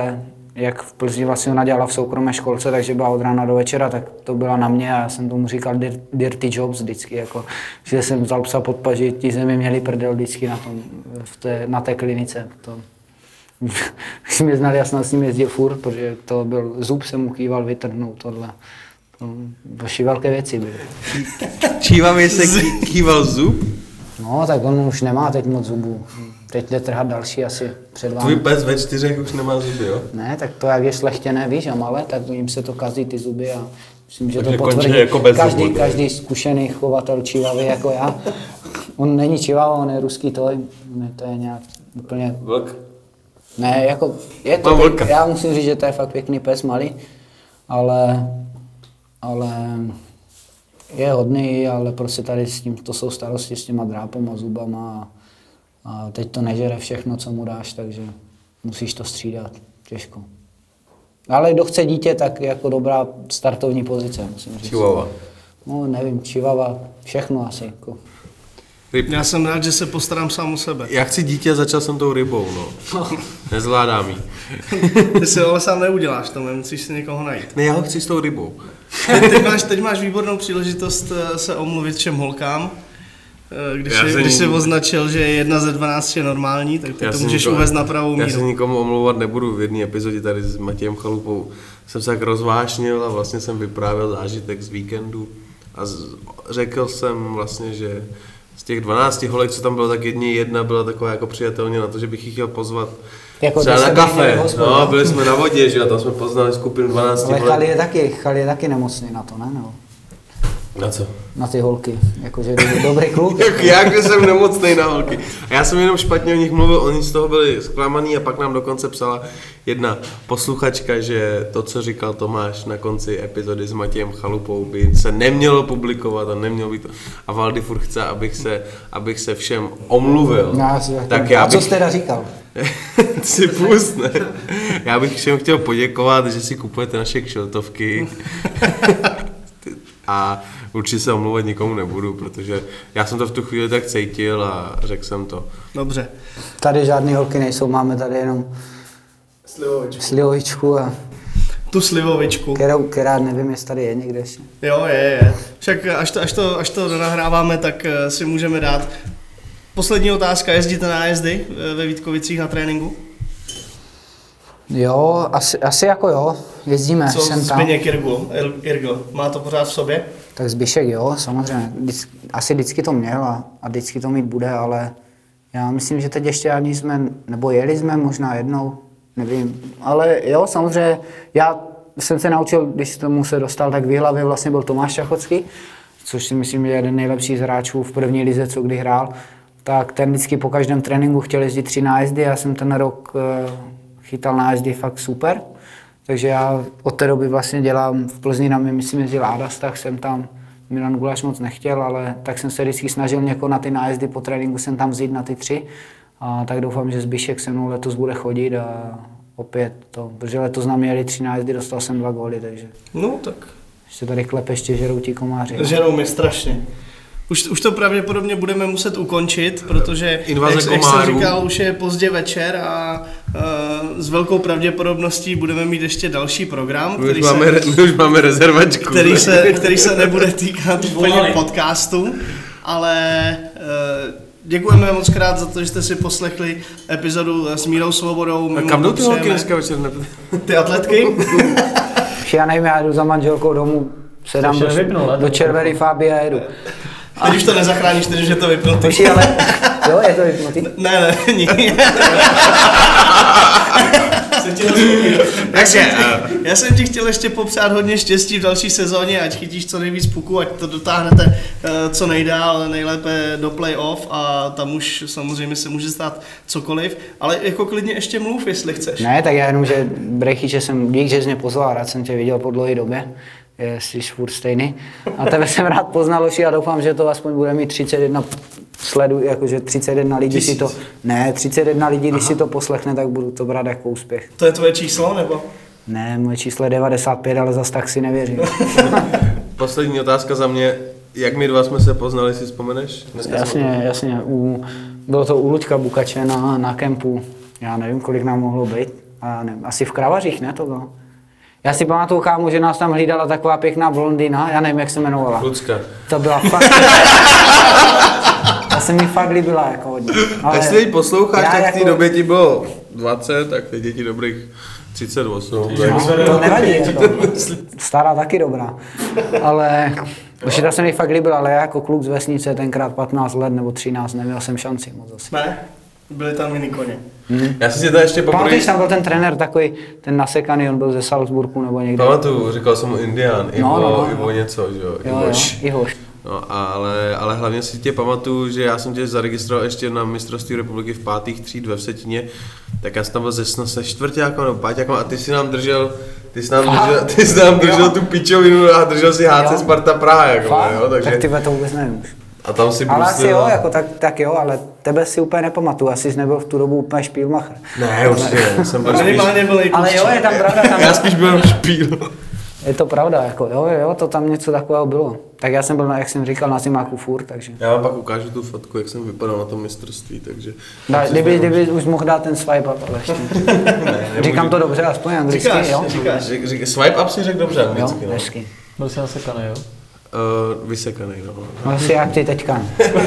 jak v Plzni vlastně ona dělala v soukromé školce, takže byla od rána do večera, tak to byla na mě a já jsem tomu říkal dirty jobs vždycky, jako, že jsem vzal psa pod paži, ti ze mě měli prdel vždycky na té klinice. To, když mě znali, já jsem s ním jezdil furt, protože to byl zub, jsem mu kýval vytrhnout tohle. Vaši velké věci byly. Čívavě se kýval zub? No, tak on už nemá teď moc zubů. Teď jde trhat další asi před vámi. Tvůj pes ve 4 už nemá zuby, jo? Ne, tak to jak je šlechtěné, víš, a malé, tak jim se to kazí ty zuby a myslím, že takže to potvrdí jako každý zkušený chovatel čívavy jako já. On není čívava, on je ruský toj, to je nějak úplně... Vlk? Ne, jako je to, já musím říct, že to je fakt pěkný pes, malý, ale je hodný, ale prostě tady s tím, to jsou starosti s těma drápama, zubama a teď to nežere všechno, co mu dáš, takže musíš to střídat, těžko. Ale kdo chce dítě, tak jako dobrá startovní pozice, musím říct. Chihuahua. No nevím, chihuahua, všechno asi. Jako. Já jsem rád, že se postarám sám o sebe. Já chci dítě a začal jsem tou rybou, no. Nezvládám jí. Ty si ho ale sám neuděláš, to musíš si někoho najít. Ne, já ho chci s tou rybou. Teď máš výbornou příležitost se omluvit všem holkám. Když jsi označil, že 1 ze 12 je normální, tak ty to můžeš uvést na pravou míru. Já se nikomu omlouvat nebudu, v jedné epizodě tady s Matějem Chalupou jsem se tak rozvášnil a vlastně jsem vyprávěl zážitek z víkendu a řekl jsem vlastně, že z těch 12 holek, co tam bylo, tak jedna byla taková jako přijatelně na to, že bych ji chtěl pozvat jako třeba na kafe. No, byli jsme na vodě, že a tam jsme poznali skupinu 12 holek. Ale Chali je taky nemocný na to, ne? Nebo? Na co? Na ty holky, jakože dobrý kluk. Jak jsem nemocnej na holky. A já jsem jenom špatně o nich mluvil, oni z toho byli zklamaný a pak nám dokonce psala jedna posluchačka, že to, co říkal Tomáš na konci epizody s Matějem Chalupou, by se nemělo publikovat a nemělo být to. A Valdy furt chce, abych se všem omluvil. No, tak já a co jsi teda říkal? si pust, ne? Já bych všem chtěl poděkovat, že si kupujete naše kšeltovky. A určitě se omlouvat nikomu nebudu, protože já jsem to v tu chvíli tak cítil a řekl jsem to. Dobře. Tady žádný holky nejsou, máme tady jenom slivovičku a tu slivovičku. Která nevím, jestli tady je někde ještě. Jo, je. Však až to nahráváme, tak si můžeme dát. Poslední otázka, jezdíte na nájezdy ve Vítkovicích na tréninku? Jo, asi jako jo, jezdíme Co sem tam. Zbyněk Irgl, má to pořád v sobě? Tak Zbyšek jo, samozřejmě, asi vždycky to měl a vždycky to mít bude, ale já myslím, že teď ještě ani jsme, nebo jeli jsme možná jednou, nevím, ale jo, samozřejmě, já jsem se naučil, když tomu se dostal, tak v Jihlavě vlastně byl Tomáš Čachocký, což si myslím, že je jeden nejlepší z hráčů v první lize, co kdy hrál, tak ten vždycky po každém tréninku chtěl jezdit 3 nájezdy, já jsem ten rok chytal nájezdy fakt super, takže já od té doby vlastně dělám v Plzni, na mě myslím jezdil Ádas, tak jsem tam, Milan Gulaš moc nechtěl, ale tak jsem se vždycky snažil někoho na ty nájezdy po tréninku jsem tam vzít na ty 3 a tak doufám, že Zbyšek se mnou letos bude chodit a opět to, protože letos na mě jeli 3 nájezdy, dostal jsem 2 góly, takže. No tak. Ještě tady klepeště žerou ti komáři. Žerou mi strašně. Už to pravděpodobně budeme muset ukončit, protože, jak jsem říkal, už je pozdě večer a s velkou pravděpodobností budeme mít ještě další program, my už máme rezervačku. Který se nebude týkat úplně podcastu, ale děkujeme moc krát za to, že jste si poslechli epizodu s Mírou Svobodou. A kam jdou ty holky dneska večer? Ty atletky? Já nevím, já jdu za manželkou domů, sedám do červený Fáby a jedu. Teď už to nezachráníš, teď už je to vypnutý. Ale jo, je to vypnutý? Ne, není. Já jsem ti chtěl ještě popřát hodně štěstí v další sezóně, ať chytíš co nejvíc puku, ať to dotáhnete co nejdál, nejlépe do play-off a tam už samozřejmě se může stát cokoliv, ale jako klidně ještě mluv, jestli chceš. Ne, tak já jenom, že Brechyče jsem, dík, že jsi mě pozval, rád jsem tě viděl po dlouhé době. Jsi furt stejný. A tebe jsem rád poznal už a doufám, že to aspoň bude mít 31 sledu, jakože 31 lidí si to, ne, 31 lidí, když si to poslechne, tak budu to brát jako úspěch. To je tvoje číslo, nebo? Ne, moje číslo je 95, ale zas tak si nevěřím. Poslední otázka za mě, jak my dva jsme se poznali, si vzpomeneš? Jasně, bylo to u Luďka Bukače na kempu, já nevím, kolik nám mohlo být, já nevím, asi v Kravařích, ne to bylo? Já si pamatuju, kámo, že nás tam hlídala taková pěkná blondýna, já nevím, jak se jmenovala. Lucka. To byla fakt... Já se mi fakt líbila jako hodně. Ale jestli ji posloucháš, tak v té jako... době ti bylo 20, tak teď je ti dobrých 38. To nevadí, jako. Stará taky dobrá. Ale určitě se mi fakt líbila, ale já jako kluk z vesnice tenkrát 15 let nebo 13, neměl jsem šanci moc asi. Ne? Byli tam jiný koně. Já si to ještě poprvé... Pamatuješ, tam byl ten trenér takový, ten nasekaný, on byl ze Salzburgu nebo někde. Pamatuju, říkal jsem mu Indián, Ivo něco, že jo, Ihoš. No, ale hlavně si tě pamatuju, že já jsem tě zaregistroval ještě na mistrovství republiky v 5. tříd ve Vsetíně, tak já jsem tam byl se čtvrťákem nebo páťákem a ty jsi nám držel tu pičovinu a držel si HC Sparta Praha, jako, jo, takže... Tak ty to vůbec nevím už. A tam si ale asi jo, jako tak jo, ale tebe si úplně nepamatuju, asi jsi nebyl v tu dobu úplně špílmacher. Ne, určitě, jsem byl spíš... Ale jo, je tam pravda. Já spíš byl špíl. Je to pravda, jako jo, to tam něco takového bylo. Tak já jsem byl, jak jsem říkal, na zimáku furt, takže... Já vám pak ukážu tu fotku, jak jsem vypadal na tom mistrovství, takže... Kdyby už mohl dát ten swipe up, ale ještě. Říkám to dobře, aspoň anglicky, jo? Říkáš, swipe up si řekl dobře anglicky, no. Hezky. Byl jsi nasekaný, jo? Vysekaný, no. No asi jak ty teďka.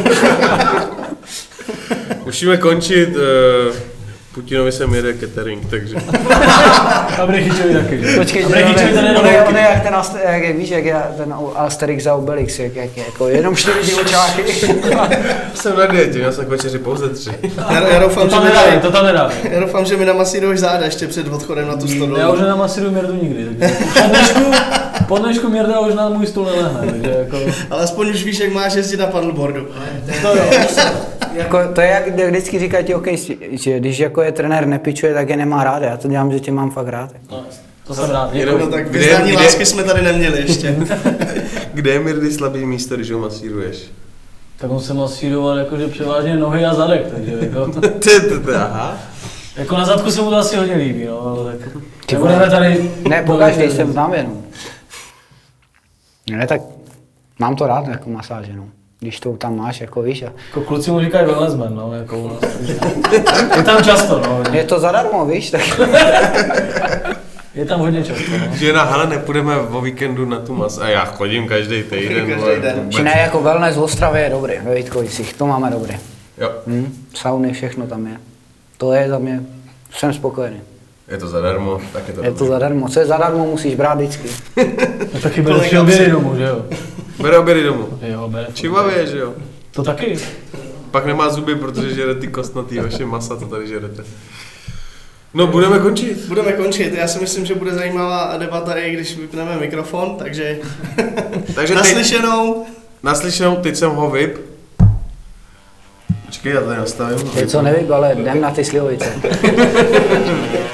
Musíme končit, Putinovi sem jede catering, takže... A Brechyčovi taky, že? Počkej, on je jak ten, jak víš, jak je ten Asterix a Obelix, jak je, jako jenom 4 divočáky. Jsem na dietě, já jsem k večeři pouze 3. To tam nedám. Já doufám, že mi namasíruješ záda ještě před odchodem na tu stolu. Já už nenamasíruju Mirdu nikdy, takže po dnešku Mirda už na můj stůl nelehne, takže jako... Ale aspoň už víš, jak máš jezdit na paddleboardu. Jako, to je jak vždycky říkají ti hokejisti, že když jako je trenér nepičuje, tak je nemá rád. Já to dělám, že tě mám fakt rád. No, to jsem rád. No tak vyznání lásky jsme tady neměli ještě. Kde je Mirdy slabý místo, když ho masíruješ? Tak on se masíroval jakože převážně nohy a zadek, takže jako... Aha. Jako na zadku se mu to asi hodně líbí, no, ale tak... Nebudeme tady... Ne, pokaždý jsem znám jenom. Ne, tak mám to rád jako masáže, no. Když to tam máš, jako víš. Jako kluci mu říkají wellnessman, no, jako u nás. Je tam často, no. Je to zadarmo, víš, tak... Je tam hodně často, no. Že na hele, nepůjdeme o víkendu na tu mas a já chodím každý týden. Či ne, jako wellness v Ostravě je dobrý, ve Vítkovicích, to máme dobrý. Jo. Sauny, všechno tam je. To je za mě, jsem spokojený. Je to zadarmo, tak je to Je to zadarmo, co je zadarmo, musíš brát vždycky. No taky bere obědy domů, že jo? Bere obědy domů. Jo, bere. Čivavě, že jo? To taky. Pak nemá zuby, protože žere ty kostnatý vaše masa, co tady žerete. No, budeme končit. Budeme končit. Já si myslím, že bude zajímavá debata, i když vypneme mikrofon, takže naslyšenou. Naslyšenou, teď jsem ho vyp. Počkej, já tady nastavím. Teď co nevyp, ale jdem na ty slivovice.